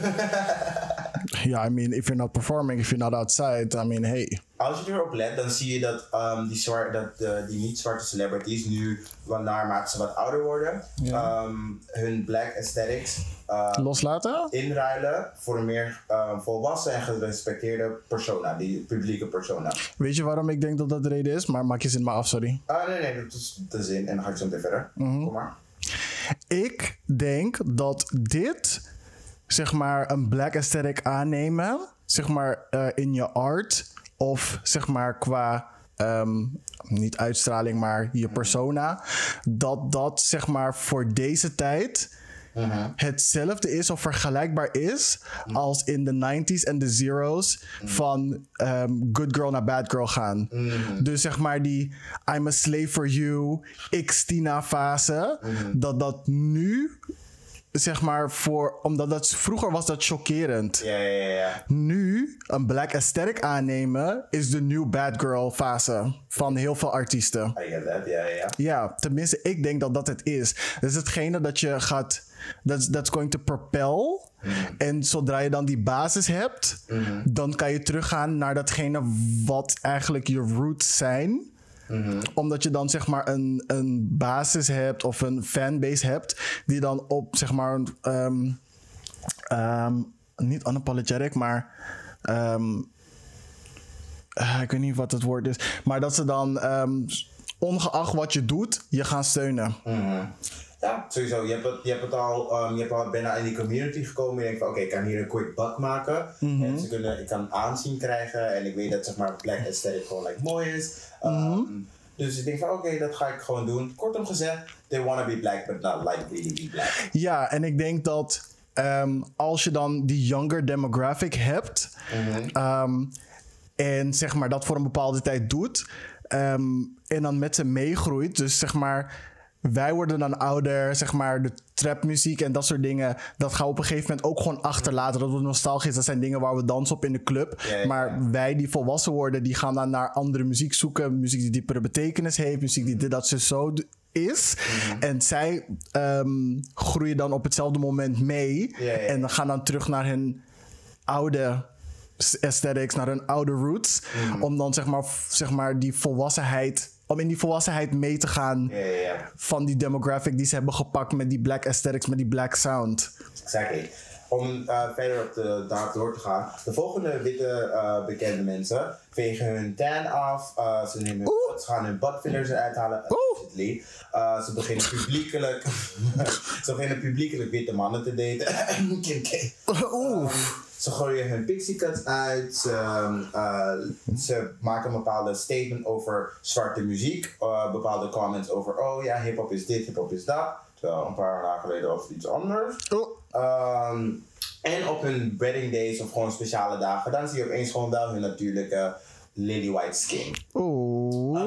Ja, I mean, if you're not performing, if you're not outside, I mean, hey. Als je erop let, dan zie je dat, um, die, zwart, dat uh, die niet-zwarte celebrities nu, naarmate ze wat ouder worden, Ja. um, hun black aesthetics uh, Loslaten? inruilen voor een meer uh, volwassen en gerespecteerde persona, die publieke persona. Weet je waarom ik denk dat dat de reden is? Maar maak je zin maar af, sorry. Ah, nee, nee, dat is de zin en dan ga ik zo meteen verder. Mhm. Kom maar. Ik denk dat dit, zeg maar, een black aesthetic aannemen, zeg maar, uh, in je art, of zeg maar qua, um, niet uitstraling, maar je persona, dat dat, zeg maar, voor deze tijd Uh-huh. hetzelfde is of vergelijkbaar is als in de nineties en de zeros van um, good girl naar bad girl gaan. Mm-hmm. Dus zeg maar die I'm a slave for you, X-Tina fase, Mm-hmm. dat dat nu, zeg maar voor, omdat dat vroeger was dat chockerend. Ja, ja, ja, ja. Nu een black aesthetic aannemen is de new bad girl fase van heel veel artiesten. I get that, ja, ja, ja. Ja, tenminste, ik denk dat dat het is. Dat is hetgene dat je gaat... That's, that's going to propel. Mm-hmm. En zodra je dan die basis hebt... Mm-hmm. dan kan je teruggaan naar datgene wat eigenlijk je roots zijn. Mm-hmm. Omdat je dan zeg maar een, een basis hebt of een fanbase hebt... die dan op zeg maar... Um, um, niet unapologetic, maar... Um, uh, ik weet niet wat het woord is. Maar dat ze dan... Um, ongeacht wat je doet, je gaan steunen. Mm-hmm. Ja, sowieso. Je hebt het, je hebt het al, um, je hebt al bijna in die community gekomen. Je denkt van, oké, okay, ik kan hier een quick buck maken. Mm-hmm. En ze kunnen, ik kan aanzien krijgen. En ik weet dat, zeg maar, black aesthetic gewoon like, mooi is. Um, mm-hmm. Dus ik denk van, oké, okay, dat ga ik gewoon doen. Kortom gezegd, they wanna be black, but not like really be black. Ja, en ik denk dat um, als je dan die younger demographic hebt... Mm-hmm. Um, en zeg maar dat voor een bepaalde tijd doet... Um, en dan met ze meegroeit, dus zeg maar... Wij worden dan ouder, zeg maar, de trapmuziek en dat soort dingen. Dat gaan we op een gegeven moment ook gewoon achterlaten. Dat wordt nostalgisch, dat zijn dingen waar we dansen op in de club. Ja, ja. Maar wij die volwassen worden, die gaan dan naar andere muziek zoeken. Muziek die diepere betekenis heeft, muziek die dit, dat, ze zo is. Mm-hmm. En zij um, groeien dan op hetzelfde moment mee. Ja, ja. En gaan dan terug naar hun oude aesthetics, naar hun oude roots. Mm-hmm. Om dan zeg maar, zeg maar die volwassenheid... om in die volwassenheid mee te gaan ja, ja, ja. van die demographic die ze hebben gepakt met die black aesthetics, met die black sound. Exactly. Om uh, verder op de dag door te gaan. De volgende witte uh, bekende mensen vegen hun tan af. Uh, ze, nemen hun, ze gaan hun buttfillers eruit halen. Uh, ze beginnen publiekelijk ze beginnen publiekelijk witte mannen te daten. Kim K. Um, ze gooien hun pixie cuts uit. Ze, uh, ze maken een bepaalde statement over zwarte muziek. Uh, bepaalde comments over, oh ja, hip-hop is dit, hip-hop is dat. Terwijl een paar dagen geleden was het iets anders. Um, en op hun wedding days of gewoon speciale dagen, dan zie je opeens gewoon wel hun natuurlijke lily white skin. Oh. Um, wat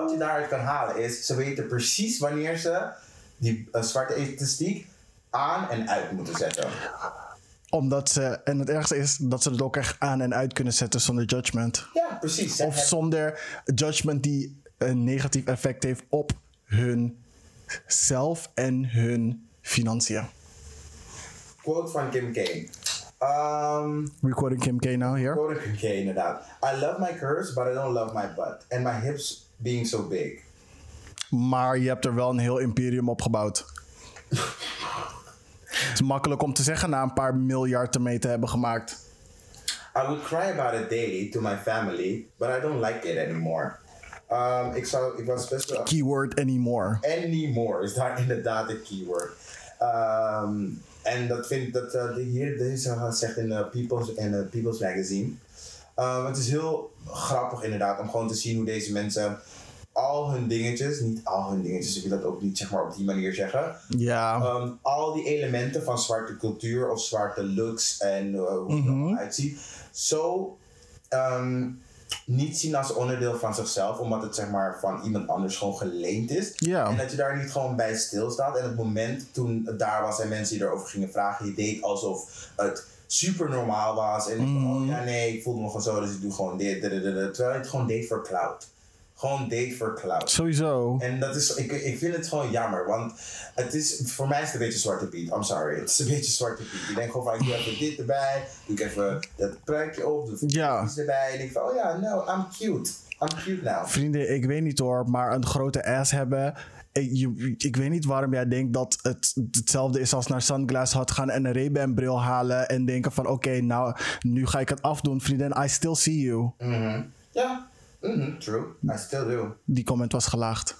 wat je daaruit kan halen is, ze weten precies wanneer ze die uh, zwarte elastiek aan en uit moeten zetten. Omdat ze, en het ergste is dat ze het ook echt aan en uit kunnen zetten zonder judgment. Ja, precies. Ze Of hebben- zonder judgment die een negatief effect heeft op hun zelf en hun financiën. Quote van Kim K. Um, Recording Kim K now here. quote Kim K inderdaad. I love my curves, but I don't love my butt. And my hips being so big. Maar je hebt er wel een heel imperium opgebouwd. Het is makkelijk om te zeggen na een paar miljard ermee te hebben gemaakt. I would cry about it daily to my family, but I don't like it anymore. Um, ik, zou, ik was best wel... Keyword anymore. Anymore is daar inderdaad een keyword. Um, en dat vind ik dat uh, de, hier deze gezegd in uh, People's, in, uh, People's Magazine. Um, het is heel grappig inderdaad om gewoon te zien hoe deze mensen al hun dingetjes, niet al hun dingetjes, ik wil dat ook niet zeg maar op die manier zeggen. Ja. Um, al die elementen van zwarte cultuur of zwarte looks en uh, hoe het er allemaal uitziet, zo um, niet zien als onderdeel van zichzelf, omdat het zeg maar van iemand anders gewoon geleend is. Ja. En dat je daar niet gewoon bij stilstaat. En het moment toen het daar was en mensen die erover gingen vragen, je deed alsof het super normaal was. En ik van, oh ja nee, ik voelde me gewoon zo, dus ik doe gewoon dit, dit, dit, dit. Terwijl je het gewoon deed voor cloud. Gewoon deed voor cloud. Sowieso. En dat is, ik, ik vind het gewoon jammer, want het is, voor mij is het een beetje Zwarte Piet. I'm sorry, het is een beetje Zwarte Piet. Je denkt gewoon van, ik doe even dit erbij, doe ik even dat pruikje op, doe ik Ja. iets erbij. En ik van, oh ja, no, I'm cute. I'm cute now. Vrienden, ik weet niet hoor, maar een grote ass hebben. Ik, je- ik weet niet waarom jij denkt dat het hetzelfde is als naar Sunglass Hut gaan en een Ray-Ban bril halen en denken van oké, nou, nu ga ik het afdoen, vriendin. I still see you. Mhm. Ja, mhm, true. I still do. Die comment was gelaagd.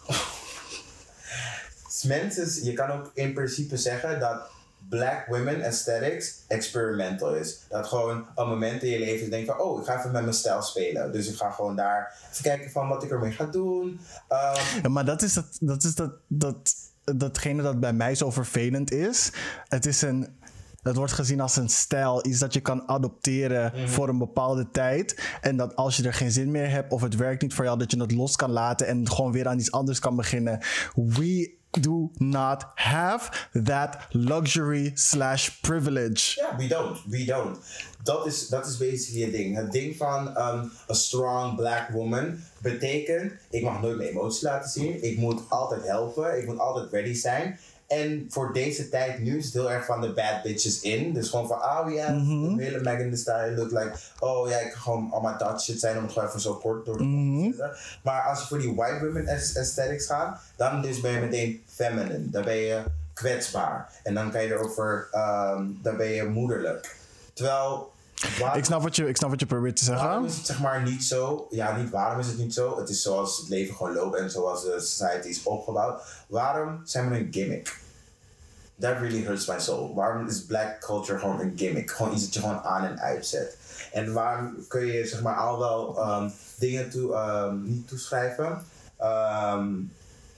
Mensen, je kan ook in principe zeggen dat black women aesthetics experimental is. Dat gewoon een moment in je leven je denkt van, oh, ik ga even met mijn stijl spelen. Dus ik ga gewoon daar even kijken van wat ik ermee ga doen. Um, Ja, maar dat is, dat, dat is dat, dat, datgene dat bij mij zo vervelend is. Het is een... Het wordt gezien als een stijl, iets dat je kan adopteren voor een bepaalde tijd. En dat als je er geen zin meer hebt of het werkt niet voor jou, dat je het los kan laten en gewoon weer aan iets anders kan beginnen. We do not have that luxury slash privilege. Ja, we don't. We don't. Dat is, dat is basically het ding. Het ding van um, a strong black woman betekent, ik mag nooit mijn emoties laten zien. Ik moet altijd helpen. Ik moet altijd ready zijn. En voor deze tijd nu is het heel erg van de bad bitches in. Dus gewoon van, oh ja, mm-hmm. de hele Megan Thee Stallion look like, oh ja, ik kan gewoon allemaal dat shit zijn om het gewoon even zo kort door te Mhm. zetten. Maar als je voor die white women aesthetics gaat, dan dus ben je meteen feminine. Dan ben je kwetsbaar. En dan kan je erover, um, dan ben je moederlijk. Terwijl, waar- Ik snap wat je, ik snap wat je probeert te waarom zeggen. is het zeg maar niet zo? Ja, niet waarom is het niet zo? Het is zoals het leven gewoon loopt en zoals de society is opgebouwd. Waarom zijn we een gimmick? That really hurts my soul. Waarom is black culture gewoon een gimmick? Gewoon iets dat je gewoon aan en uitzet. En waarom kun je zeg maar al wel um, dingen toe, um, niet toeschrijven? Um,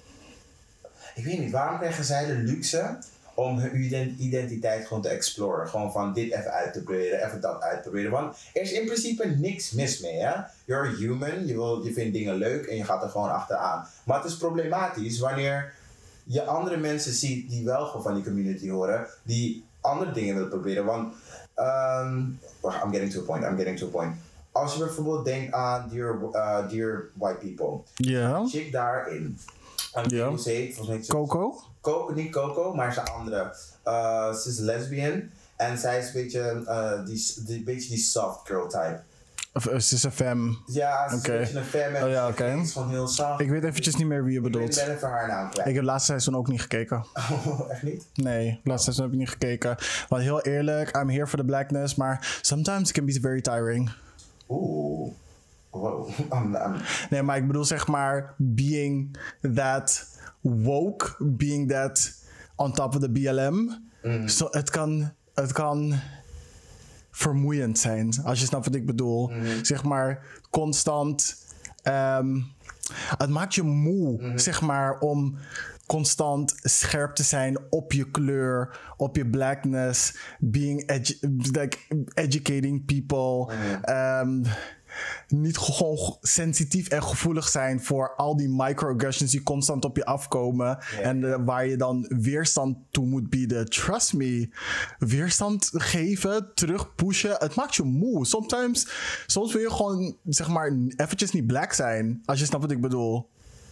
ik weet niet, waarom krijgen zij de luxe om hun ident- identiteit gewoon te exploren? Gewoon van dit even uit te proberen, even dat uit te proberen. Want er is in principe niks mis mee, hè? You're a human, je, wil, je vindt dingen leuk en je gaat er gewoon achteraan. Maar het is problematisch wanneer je andere mensen ziet die wel gewoon van die community horen, die andere dingen willen proberen. Want, um, I'm getting to a point, I'm getting to a point. Als je bijvoorbeeld denkt aan Dear, uh, dear White People. Ja. Chick daarin. Um, Ja. hoe ze heet, volgens mij is ze- Coco? Coco, niet Coco, maar zijn andere. Uh, ze is lesbian. En zij is een beetje, uh, die, die, beetje die soft girl type. Of uh, ze is een femme. Ja, ze Oké. is een beetje een femme. Oh ja, oké. Het is gewoon heel soft. Ik weet eventjes niet meer wie je Ik bedoelt. ben even haar naam kwijt. Ik heb het laatste seizoen ook niet gekeken. Echt niet? Nee, het laatste seizoen heb ik niet gekeken. Want heel eerlijk, I'm here for the blackness. Maar sometimes it can be very tiring. Oeh. Wow. I'm, I'm, Nee, maar ik bedoel zeg maar being that woke, being that on top of the B L M. So, het kan, het kan vermoeiend zijn, als je snapt wat ik bedoel. Zeg maar constant, ehm, het maakt je moe, zeg maar, om constant scherp te zijn op je kleur, op je blackness, being edu- like educating people. Ehm, niet gewoon sensitief en gevoelig zijn voor al die microaggressions die constant op je afkomen. Yeah. En uh, waar je dan weerstand toe moet bieden. Trust me. Weerstand geven, terug pushen. Het maakt je moe. Sometimes, soms wil je gewoon, zeg maar, eventjes niet black zijn. Als je snapt wat ik bedoel.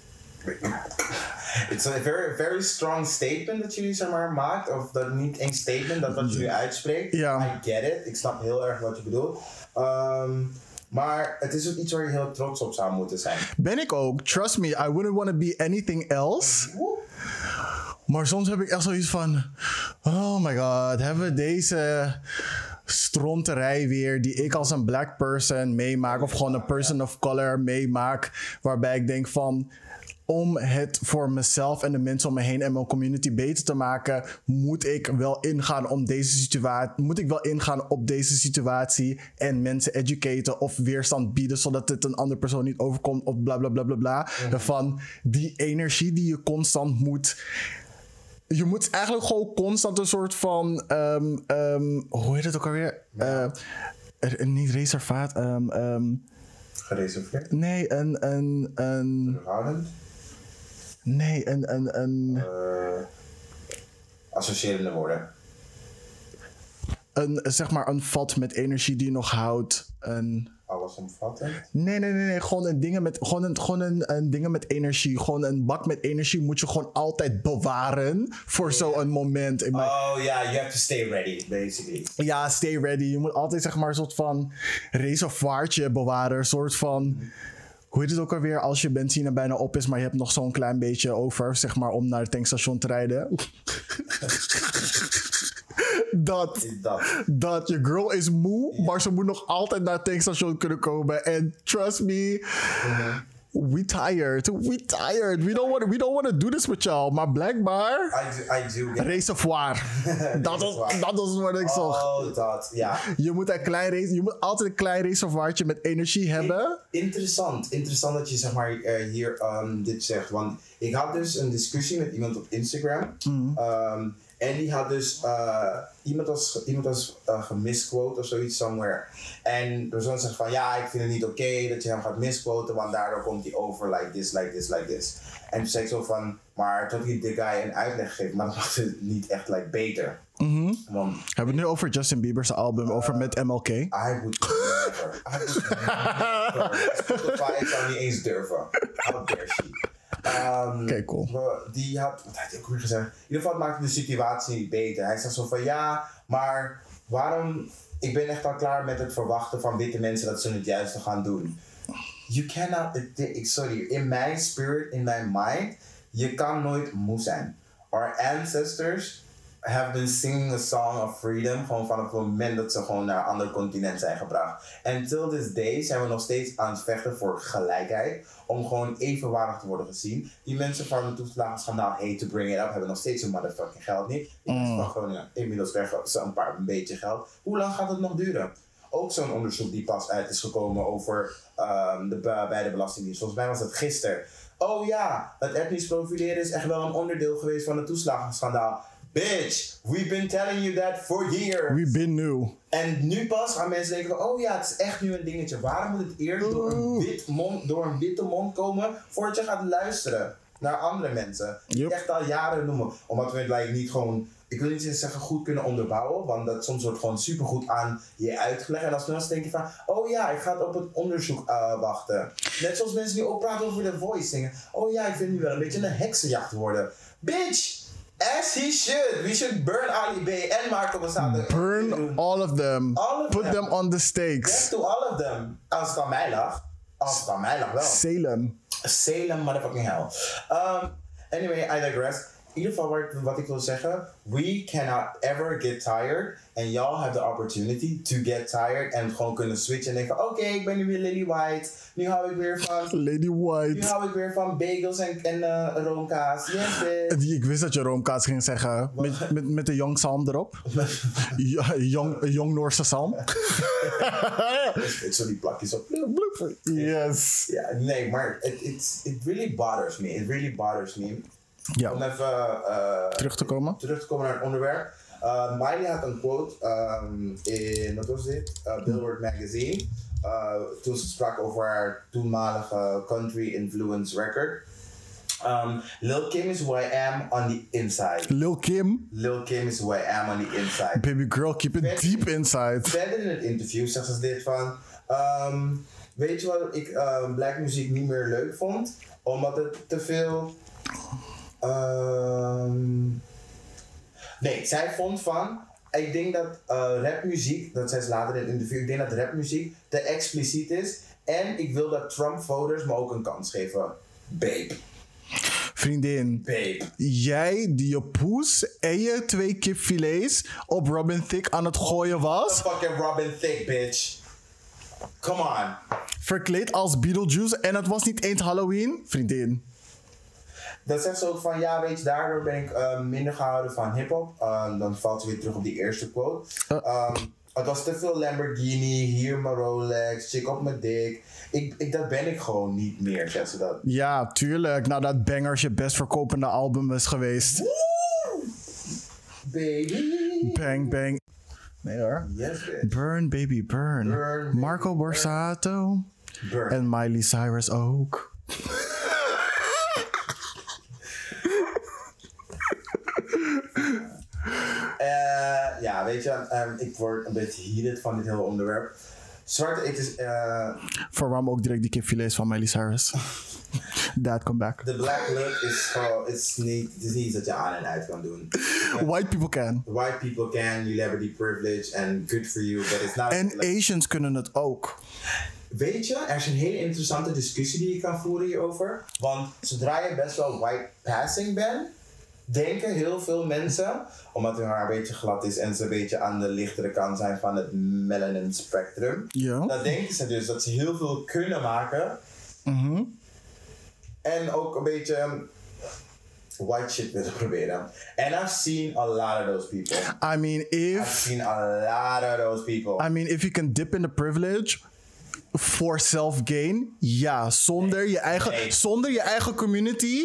It's a very, very strong statement dat jullie zeg maar maakt. Of dat niet één statement, dat wat jullie uitspreekt. Yeah. I get it. Ik snap heel erg wat je bedoelt. Um, maar het is ook iets waar je heel trots op zou moeten zijn. Ben ik ook. Trust me, I wouldn't want to be anything else. Maar soms heb ik echt zoiets van... Oh my god, hebben we deze stronterij weer... die ik als een black person meemaak... of gewoon een person of color meemaak... waarbij ik denk van... om het voor mezelf en de mensen om me heen en mijn community beter te maken, moet ik wel ingaan om deze situatie, moet ik wel ingaan op deze situatie en mensen educaten of weerstand bieden zodat het een andere persoon niet overkomt of bla bla bla bla bla. Mm-hmm. Van die energie die je constant moet. Je moet eigenlijk gewoon constant een soort van um, um, hoe heet het ook alweer? Ja. Uh, niet reservaat. Um, um, Gereserveerd? Nee, een een een. Terughoudend? Nee, een... een, een uh, associërende woorden. Een, zeg maar, een vat met energie die je nog houdt. Een... Allesomvattend? Nee, nee, nee, nee. Gewoon een dingen met, gewoon een, gewoon een, een dingen met energie. Gewoon een bak met energie moet je gewoon altijd bewaren voor yeah. zo'n moment. Oh ja, my... yeah, you have to stay ready, basically. Ja, stay ready. Je moet altijd, zeg maar, een soort van reservoirtje bewaren. Een soort van... Mm. Hoe heet het ook alweer als je benzine bijna op is, maar je hebt nog zo'n klein beetje over, zeg maar, om naar het tankstation te rijden? dat, dat. Dat. Je girl is moe, yeah. maar ze moet nog altijd naar het tankstation kunnen komen. En trust me, uh-huh. we tired. We tired. We don't want we don't want to do this with y'all. Maar blijkbaar... I do. I do reservoir. dat, is, dat is wat ik zag. Oh, dat. Ja. Je moet, een klein, je moet altijd een klein reservoirtje met energie hebben. Interessant. Interessant dat je zeg maar uh, hier um, dit zegt. Want ik had dus een discussie met iemand op Instagram. Mm. Um, en die had dus... Uh, iemand was, iemand was uh, gemisquote of zoiets somewhere. En de persoon zegt van... Ja, ik vind het niet oké okay dat je hem gaat misquoten. Want daardoor komt hij over like this, like this, like this. En toen zei ik zo van... Maar toen hij de guy een uitleg geeft. Maar dan was het niet echt like beter. Mm-hmm. Want, hebben we het nu over Justin Bieber's album? Uh, over met M L K? I would never. I would never. Spotify, ik zou niet eens durven. How dare she? Um, Oké, okay, cool. Die had, wat had hij ook weer gezegd? In ieder geval, het maakte de situatie niet beter. Hij zegt zo van, ja, maar waarom... Ik ben echt al klaar met het verwachten van witte mensen dat ze het juiste gaan doen. You cannot... Sorry, in mijn spirit, in mijn mind, je kan nooit moe zijn. Our ancestors have been singing a song of freedom gewoon vanaf het moment dat ze gewoon naar een ander continent zijn gebracht. En till this day zijn we nog steeds aan het vechten voor gelijkheid. Om gewoon evenwaardig te worden gezien. Die mensen van het toeslagenschandaal, hate to bring it up, hebben nog steeds hun motherfucking geld niet. Die mensen van Groningen, inmiddels krijgen ze een paar een beetje geld. Hoe lang gaat het nog duren? Ook zo'n onderzoek die pas uit is gekomen over um, de bij de Belastingdienst. Volgens mij was het gisteren. Oh ja, het etnisch profileren is echt wel een onderdeel geweest van het toeslagenschandaal. Bitch, we've been telling you that for years. We've been new. En nu pas gaan mensen denken, oh ja, het is echt nu een dingetje. Waarom moet het eerst door een, wit mond, door een witte mond komen voordat je gaat luisteren naar andere mensen? Die yep. echt al jaren noemen. Omdat we het like, niet gewoon, ik wil niet zeggen goed kunnen onderbouwen, want dat soms wordt gewoon supergoed aan je uitgelegd. En als we dan denk je van, oh ja, ik ga het op het onderzoek uh, wachten. Net zoals mensen die ook praten over The Voice zingen. Oh ja, ik vind nu wel een beetje een heksenjacht worden. Bitch! As he should. We should burn Ali B en Marco Borsato. Burn all of them. All of Put them. them on the stakes. Yes, to all of them. Als het aan mij lag. Als het aan mij lag wel. Salem. Salem, motherfucking hell. Um, anyway, I digress. In ieder geval wat ik wil zeggen. We cannot ever get tired. And y'all have the opportunity to get tired. En gewoon kunnen switchen en denken van... Oké, okay, ik ben nu weer Lily White. Nu hou ik weer van... Lady White. Nu hou ik weer van bagels en, en uh, roomkaas. Yes, bitch. Ik wist dat je roomkaas ging zeggen. Met, met, met de Jong Salm erop. Jong, Jong Noorse Salm. Met zo die plakjes op. Yes. Ja, nee, maar it, it, it really bothers me. It really bothers me. Ja. Om even uh, terug te komen. Terug te komen naar het onderwerp. Uh, Miley had een quote um, in, wat was dit? Uh, Billboard Magazine. Uh, toen ze sprak over haar toenmalige country influence record. Um, Lil Kim is who I am on the inside. Lil Kim? Lil Kim is who I am on the inside. Baby girl, keep it Verder- deep inside. Verder in het interview zegt ze dit van... Um, weet je wat ik uh, black muziek niet meer leuk vond? Omdat het te veel... Um, nee, zij vond van... Ik denk dat uh, rapmuziek, dat zei ze later in het interview... Ik denk dat rapmuziek te expliciet is. En ik wil dat Trump-voters me ook een kans geven. Babe. Vriendin, Babe. jij die je poes en je twee kipfilets op Robin Thicke aan het gooien was... Fucking Robin Thicke, bitch. Come on. Verkleed als Beetlejuice en het was niet eens Halloween? Vriendin. Dan zegt ze ook van, ja weet je, daardoor ben ik uh, minder gehouden van hiphop. Uh, dan valt ze weer terug op die eerste quote. Um, het was te veel Lamborghini, hier mijn Rolex, chick op mijn dik. Ik, ik, dat ben ik gewoon niet meer, zegt ze dat. Ja, tuurlijk. Nou, dat Bangers je best verkopende album is geweest. Woo! Baby. Bang, bang. Nee hoor. Yes, bitch. Burn, baby, burn. Burn, baby, Marco Borsato. Burn. En Miley Cyrus ook. Uh, ja, weet je, um, ik word een beetje heated van dit hele onderwerp. Zwarte, het is... Uh, Verwarm ook direct die kipfilets van Miley Cyrus. Dad, come back. de black look is gewoon... Het is niet, het is niet iets dat je aan en uit kan doen. White people can. White people can, jullie hebben die privilege and good for you, but it's not... En like, Asians kunnen het ook. weet je, er is een hele interessante discussie die je kan voeren hierover. Want zodra je best wel white passing bent, denken heel veel mensen, omdat hun haar een beetje glad is en ze een beetje aan de lichtere kant zijn van het melanin spectrum, Ja. dan denken ze dus dat ze heel veel kunnen maken. Mhm. En ook een beetje white shit willen proberen. And I've seen a lot of those people. I mean, I've if... seen a lot of those people. I mean, if you can dip in the privilege for self-gain, ja, zonder je eigen, Nee. zonder je eigen community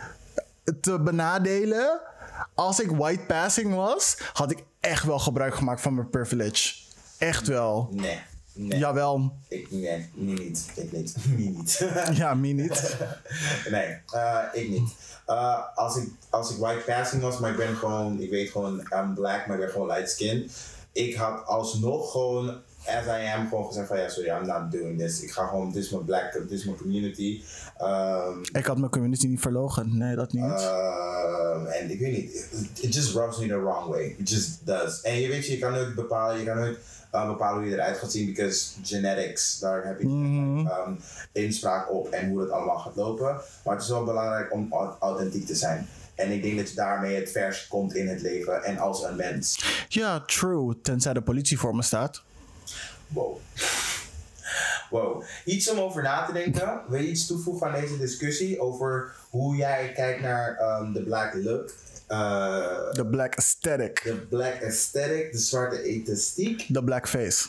te benadelen. Als ik white passing was, had ik echt wel gebruik gemaakt van mijn privilege. Echt wel. Nee. Nee. Jawel. Ik, nee, niet, niet. Ik niet. Niet, niet. Ja, me niet. nee, uh, ik niet. Uh, als, ik, als ik white passing was, maar ik ben gewoon, ik weet gewoon, I'm black, maar ik ben gewoon light skin. Ik had alsnog gewoon, as I am, gewoon gezegd van ja, sorry, I'm not doing this. Ik ga gewoon, dit is mijn black, dit is mijn community. Um, Ik had mijn community niet verlogen. Nee, dat niet. Um, en ik weet niet, it, it just rubs me the wrong way. It just does. En je weet je, je kan nooit bepalen, je kan nooit uh, bepalen hoe je eruit gaat zien, because genetics, daar heb je Mhm. um, inspraak op en hoe het allemaal gaat lopen. Maar het is wel belangrijk om au- authentiek te zijn. En ik denk dat je daarmee het verst komt in het leven en als een mens. Ja, true. Tenzij de politie voor me staat. Wow. Wow. Iets om over na te denken. Wil je iets toevoegen aan deze discussie over hoe jij kijkt naar um, de black look? Uh, De black aesthetic. de black aesthetic, de zwarte elastiek. De black face.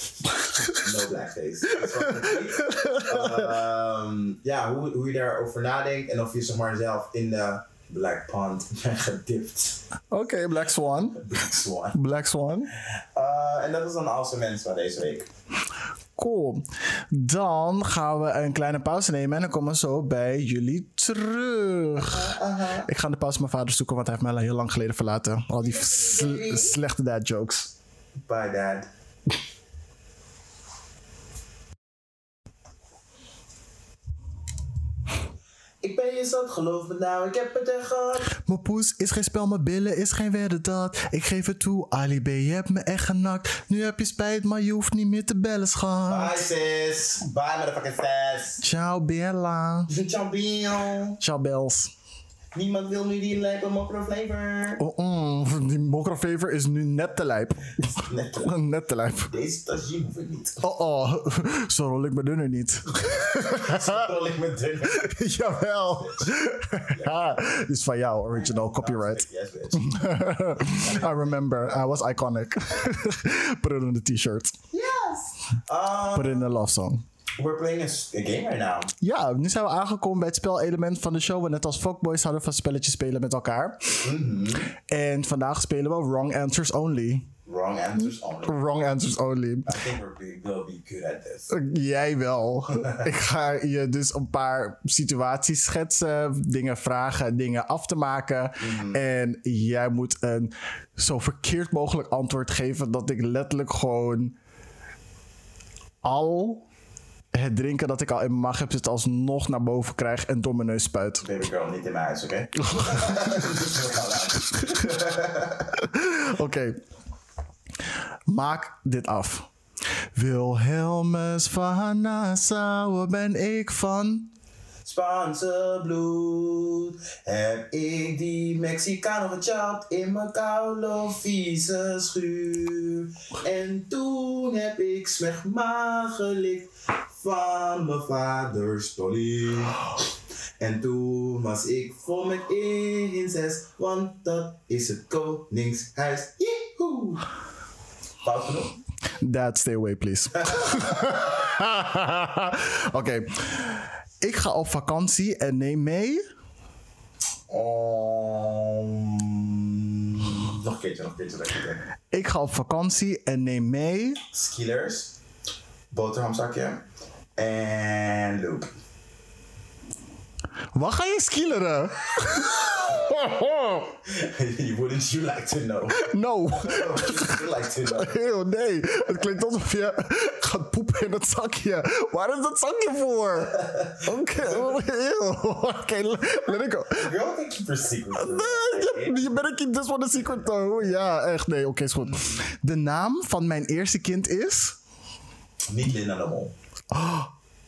No blackface. De zwarte elastiek. um, ja, hoe, hoe je daarover nadenkt en of je zeg maar zelf in de black pond bent gedipt. Oké, okay, Black Swan. Black swan. Black Swan. Uh, en dat is dan Awesome Mens van deze week. Cool. Dan gaan we een kleine pauze nemen en dan komen we zo bij jullie terug. Uh-huh. Ik ga de pauze mijn vader zoeken, want hij heeft mij al heel lang geleden verlaten. Al die sl- slechte dad jokes. Bye, dad. Ik ben je zat, geloof me nou, ik heb het echt gehad. Mijn poes is geen spel, mijn billen is geen wedden dat. Ik geef het toe, Ali B, je hebt me echt genakt. Nu heb je spijt, maar je hoeft niet meer te bellen, schat. Bye, sis. Bye, motherfucking sis. Ciao, Bella. Champion. Ciao, Bels. Niemand wil nu die lijpe mokro flavor. Oh, oh, die mokro-flavor is nu net te lijp. Net. Net te lijp. Deze tagine hoef ik niet. Oh, oh. Zo rol ik mijn dunner niet. Zo rol ik met dunne. Jawel. Ja, dit is van jou, original copyright. Yes, bitch. I remember, I was iconic. Put it on the t-shirt. Yes. Um, Put it in a love song. We're playing a, s- a game right now. Ja, nu zijn we aangekomen bij het spelelement van de show. We net als fuckboys hadden van spelletjes spelen met elkaar. Mm-hmm. En vandaag spelen we Wrong Answers Only. Wrong answers only. Wrong Answers Only. I think we're be, we'll be good at this. Jij wel. Ik ga je dus een paar situaties schetsen, dingen vragen, dingen af te maken. Mm. En jij moet een zo verkeerd mogelijk antwoord geven dat ik letterlijk gewoon al het drinken dat ik al in mijn maag heb zitten alsnog naar boven krijg en door mijn neus spuit. Baby girl, niet in mijn huis, oké? Oké. Okay. Maak dit af. Wilhelmus van Nassau, waar ben ik van? Spaanse bloed. Heb ik die Mexicaan gechapt in mijn koude vieze schuur. En toen heb ik smegma gelikt van mijn vaders dolly. En toen was ik vol met incest, want dat is het koningshuis. Yeehoe! Fout genoeg? Dad, stay away, please. Oké. Okay. Ik ga op vakantie en neem mee... Um, nog een keertje, nog een keertje, nog een keertje. Ik ga op vakantie en neem mee... Skillers, boterhamzakje en loop. Wat ga je skilleren? Wouldn't you like to know? No. Wouldn't you like to know? Eeuw, nee. Het klinkt alsof je gaat poepen in het zakje. Waar is dat zakje voor? Oké, eeuw. Oké, let it go. Girl, can keep her secret. Nee, je better keep this one a secret though. Ja, echt. Nee, oké, okay, is goed. De naam van mijn eerste kind is... Niet Linda de Mol. Oh.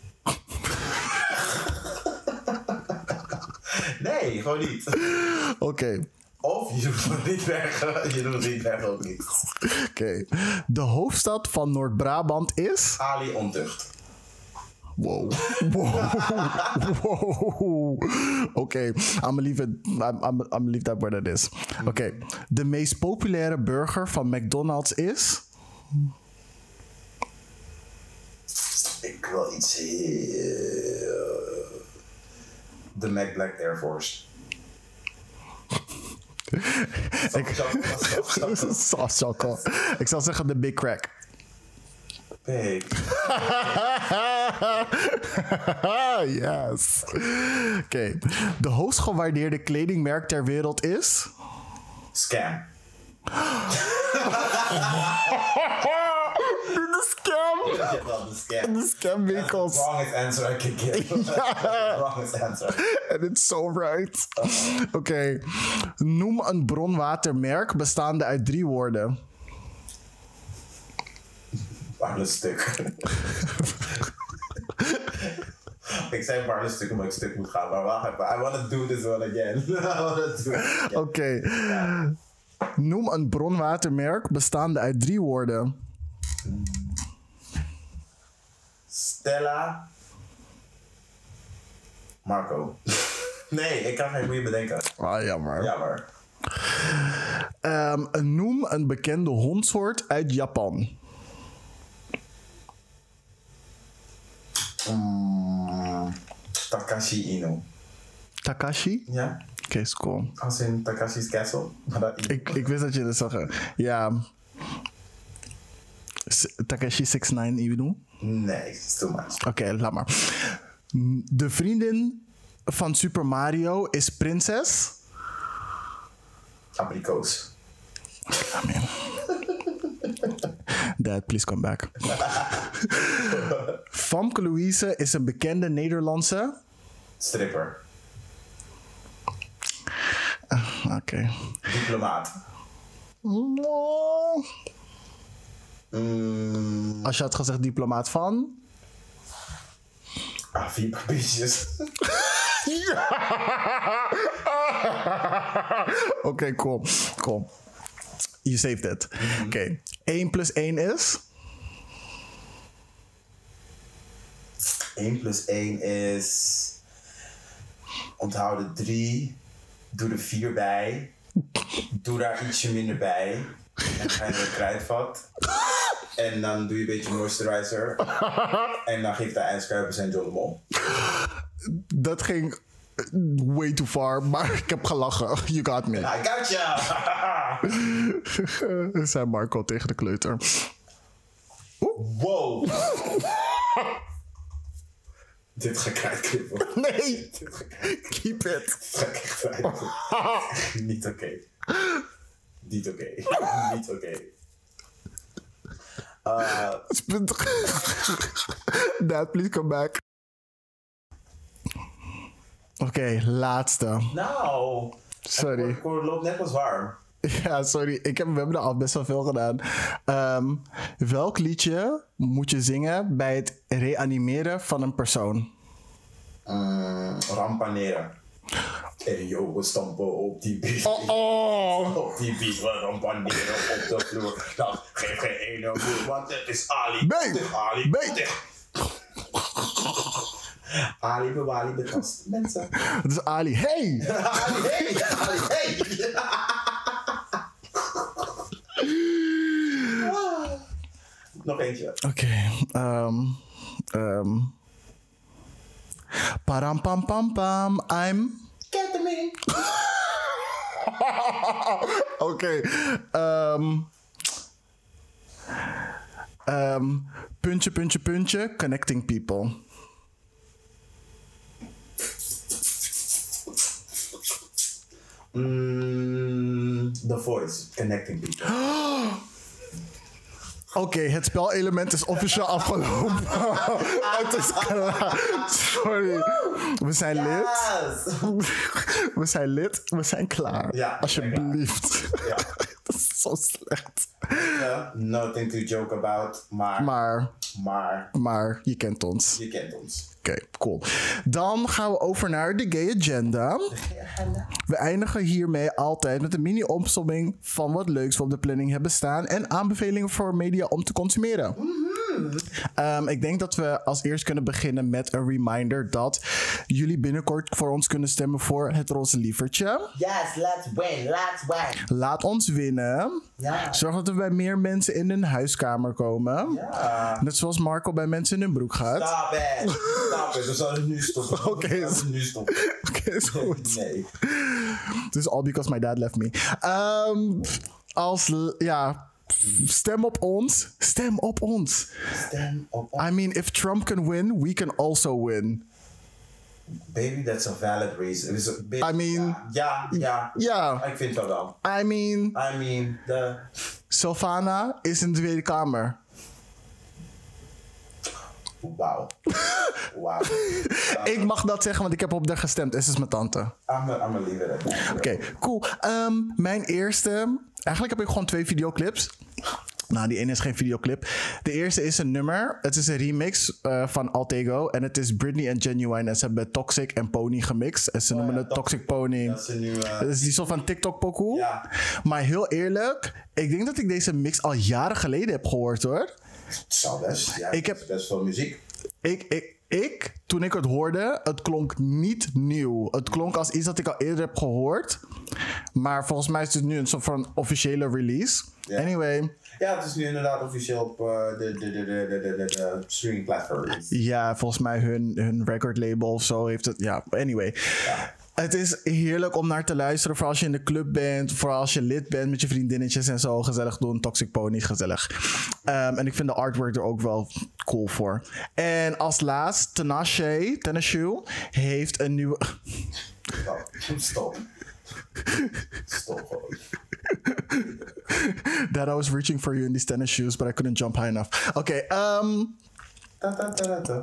Nee, gewoon niet. Oké. Okay. Of je doet het niet weg. Je doet het niet weg ook niet. Oké. Okay. De hoofdstad van Noord-Brabant is... Ali Ontucht. Wow. Wow. Wow. Oké. Okay. I'm gonna leave it... I'm, I'm, I'm gonna leave that where that is. Oké. Okay. De meest populaire burger van McDonald's is... Ik wil iets heel... De Mac Black Air Force. Ik, ik zal zeggen de Big Crack. Big. Yes. Oké. Okay. De hoogst gewaardeerde kledingmerk ter wereld is... Scam. De scam. Ja, wel, de scam. De scamwinkels. That's the wrongest answer I could give. Ja. Wrongest answer. And it's so right. Oké. Okay. Noem een bronwatermerk bestaande uit drie woorden. Barlestuk. Ik zei barlestuk omdat ik stuk moet gaan, maar wacht even. I want to do this one again. I want to do it again. Oké. Okay. Ja. Noem een bronwatermerk bestaande uit drie woorden. Stella. Marco. Nee, ik kan geen goede bedenken. Ah, jammer. Jammer. Um, noem een bekende hondsoort uit Japan. Mm, Takashi Inu. Takashi? Ja. Oké, okay, is cool. Als in Takashi's Castle. Maar dat ik, ik wist dat je dat zou zeggen. Ja. Takashi zes negen Inu? Nee, it's too much. Oké, okay, laat maar. De vriendin van Super Mario is prinses... Abrikoos. Amen. Dad, please come back. Famke Louise is een bekende Nederlandse... Stripper. Uh, Oké. Okay. Diplomaat. No. Mm. Als je had gezegd diplomaat van... Ah, vier papiertjes. Ja! Oké, okay, cool. Cool. You saved it. Mm-hmm. Oké. Okay. één plus één is? één plus één is... Onthoud de drie. Doe er vier bij. Doe daar ietsje minder bij. En ga je naar het kruidvat. En dan doe je een beetje moisturizer. En dan geeft hij ijskuipers en John de Mol. Dat ging way too far, maar ik heb gelachen. You got me. I got ya! Zei Marco tegen de kleuter. Oeh. Wow! Dit ga ik uitknippen. Nee! Keep it. Dit ga ik echt uitknippen. Niet oké. Niet oké. Niet oké. Uh, Dad, please come back. Oké, okay, laatste. nou. Sorry. Ik hoor, het loopt net als warm. Ja, sorry. Ik heb, we hebben er al best wel veel gedaan. Um, welk liedje moet je zingen bij het reanimeren van een persoon? Mm, rampaneren. Hey yo, we stampen op die beat. Oh, oh. Op die beat, we rampaneren op de vloer. Dat geeft geen ene moer, want het is Ali. Nee. Het is Ali. Nee. Het is... Ali bewali bekast mensen. Het is Ali. Hey! Ali, hey! Ali, hey! Nog eentje. Oké. Okay, um, um. Param pam pam pam. I'm. Ketamine. Oké. Okay, um, um, puntje, puntje, puntje. Connecting people. Mm, The Voice. Connecting people. Oké, okay, het spelelement is officieel afgelopen. Het is klaar. Sorry. We zijn yes. lid. We zijn lid. We zijn klaar. Ja, alsjeblieft. Klaar. Ja. Dat is zo slecht. Uh, nothing to joke about, maar... Maar... Maar... Maar, je kent ons. Je kent ons. Oké, okay, cool. Dan gaan we over naar de Gay Agenda. De Gay Agenda. We eindigen hiermee altijd met een mini-opsomming van wat leuks we op de planning hebben staan en aanbevelingen voor media om te consumeren. Mm-hmm. Um, ik denk dat we als eerst kunnen beginnen met een reminder dat jullie binnenkort voor ons kunnen stemmen voor het Roze Lievertje. Yes, let's win, let's win. Laat ons winnen. Ja. Zorg dat we bij meer mensen in hun huiskamer komen. Ja. Net zoals Marco bij mensen in hun broek gaat. Stop it. Stop it. We zouden nu stoppen. Oké, okay, we zouden nu stoppen. Oké, okay, is goed. Nee. This is all because my dad left me. Um, als, ja, stem op ons. Stem op ons. Stem op ons. I mean, if Trump can win, we can also win. Baby, that's a valid reason. It's a big, I mean... Ja, ja. Ja. Ik vind wel wel. I mean... I mean, de... Sylvana is in de Tweede Kamer. Wauw. Wauw. Ik mag dat zeggen, want ik heb op haar gestemd. Het is mijn tante. I'm gonna leave it. Oké, okay, cool. Um, mijn eerste... Eigenlijk heb ik gewoon twee videoclips. Nou, die ene is geen videoclip. De eerste is een nummer. Het is een remix uh, van Altego. En het is Britney en Genuine. En ze hebben Toxic en Pony gemixt. En ze oh, noemen ja, het Toxic Pony. Dat is een nieuwe... Dat is die soort van TikTok-pokoe. Ja. Maar heel eerlijk, ik denk dat ik deze mix al jaren geleden heb gehoord, hoor. Het zal best. Ja, ik heb best veel muziek. Ik, ik, ik, toen ik het hoorde, het klonk niet nieuw. Het klonk als iets dat ik al eerder heb gehoord. Maar volgens mij is het nu een soort van officiële release. Ja. Anyway. Ja, het is nu inderdaad officieel op uh, de, de, de, de, de, de, de streaming platforms. Ja, volgens mij hun, hun record label of zo heeft het. Ja, anyway. Ja. Het is heerlijk om naar te luisteren. Voor als je in de club bent. Voor als je lid bent met je vriendinnetjes en zo. Gezellig doen. Toxic Pony, gezellig. Um, en ik vind de artwork er ook wel cool voor. En als laatst, Tinashe, Tinashe heeft een nieuwe... Stop. Stop. Stop gewoon. That I was reaching for you in these tennis shoes, but I couldn't jump high enough. Oké, okay, um... Ta ta ta ta.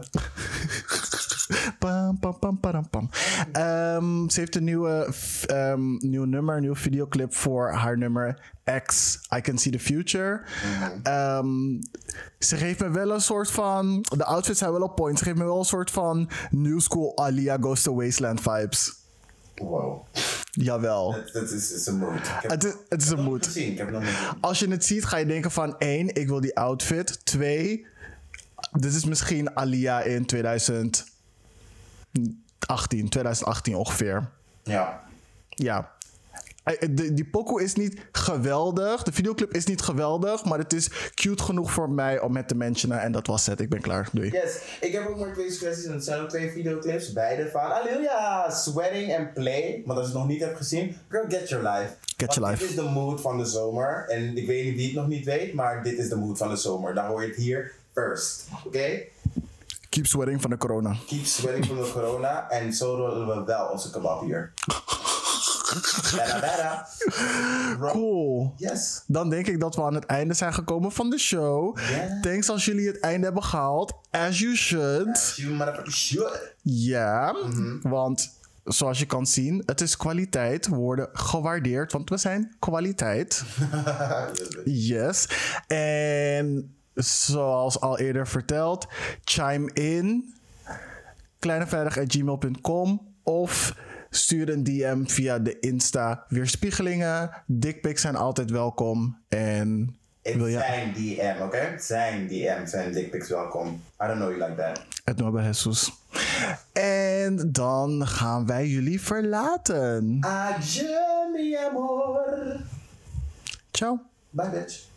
Pam, pam, pam, pam, pam. Um, ze heeft een nieuwe, um, nieuw nummer, een nieuwe videoclip voor haar nummer X, I Can See The Future. Mm-hmm. Um, ze geeft me wel een soort van... De outfits zijn wel op point. Ze geeft me wel een soort van New School Alia Goes to Wasteland vibes. Wow. Jawel. Het is een mood. Het is, het is een mood. Ik heb het nog niet gezien. Als je het ziet, ga je denken van... één, ik wil die outfit. Twee, dit is misschien Alia in twintig achttien, twintig achttien ongeveer. Ja. Ja. De, die pokoe is niet geweldig. De videoclip is niet geweldig. Maar het is cute genoeg voor mij om met te mentionen. En dat was het. Ik ben klaar. Doei. Yes. Ik heb ook maar twee suggesties. En het zijn ook twee videoclips. Beide van Alleluia. Sweating and Play. Want als je het nog niet hebt gezien. Girl, get your life. Get your life. Dit is de mood van de zomer. En ik weet niet wie het nog niet weet. Maar dit is de mood van de zomer. Dan hoor je het hier first. Oké? Okay? Keep sweating van de corona. Keep sweating van de corona. En zo rollen we wel onze kebab hier. Bada, bada. Cool. Yes. Dan denk ik dat we aan het einde zijn gekomen van de show. Yeah. Thanks als jullie het einde hebben gehaald. As you should. As you motherfucking should. Ja, mm-hmm. Want zoals je kan zien, het is kwaliteit. We worden gewaardeerd, want we zijn kwaliteit. Yes. En zoals al eerder verteld, chime in. kleinevrijdag at gmail dot com of stuur een D M via de Insta. Weerspiegelingen, dickpics zijn altijd welkom. En Het wil je... zijn D M, oké? Okay? Zijn D M, zijn dickpics welkom. I don't know you like that. Het Nobe Jesus. En dan gaan wij jullie verlaten. Adieu, mi amor. Ciao. Bye, bitch.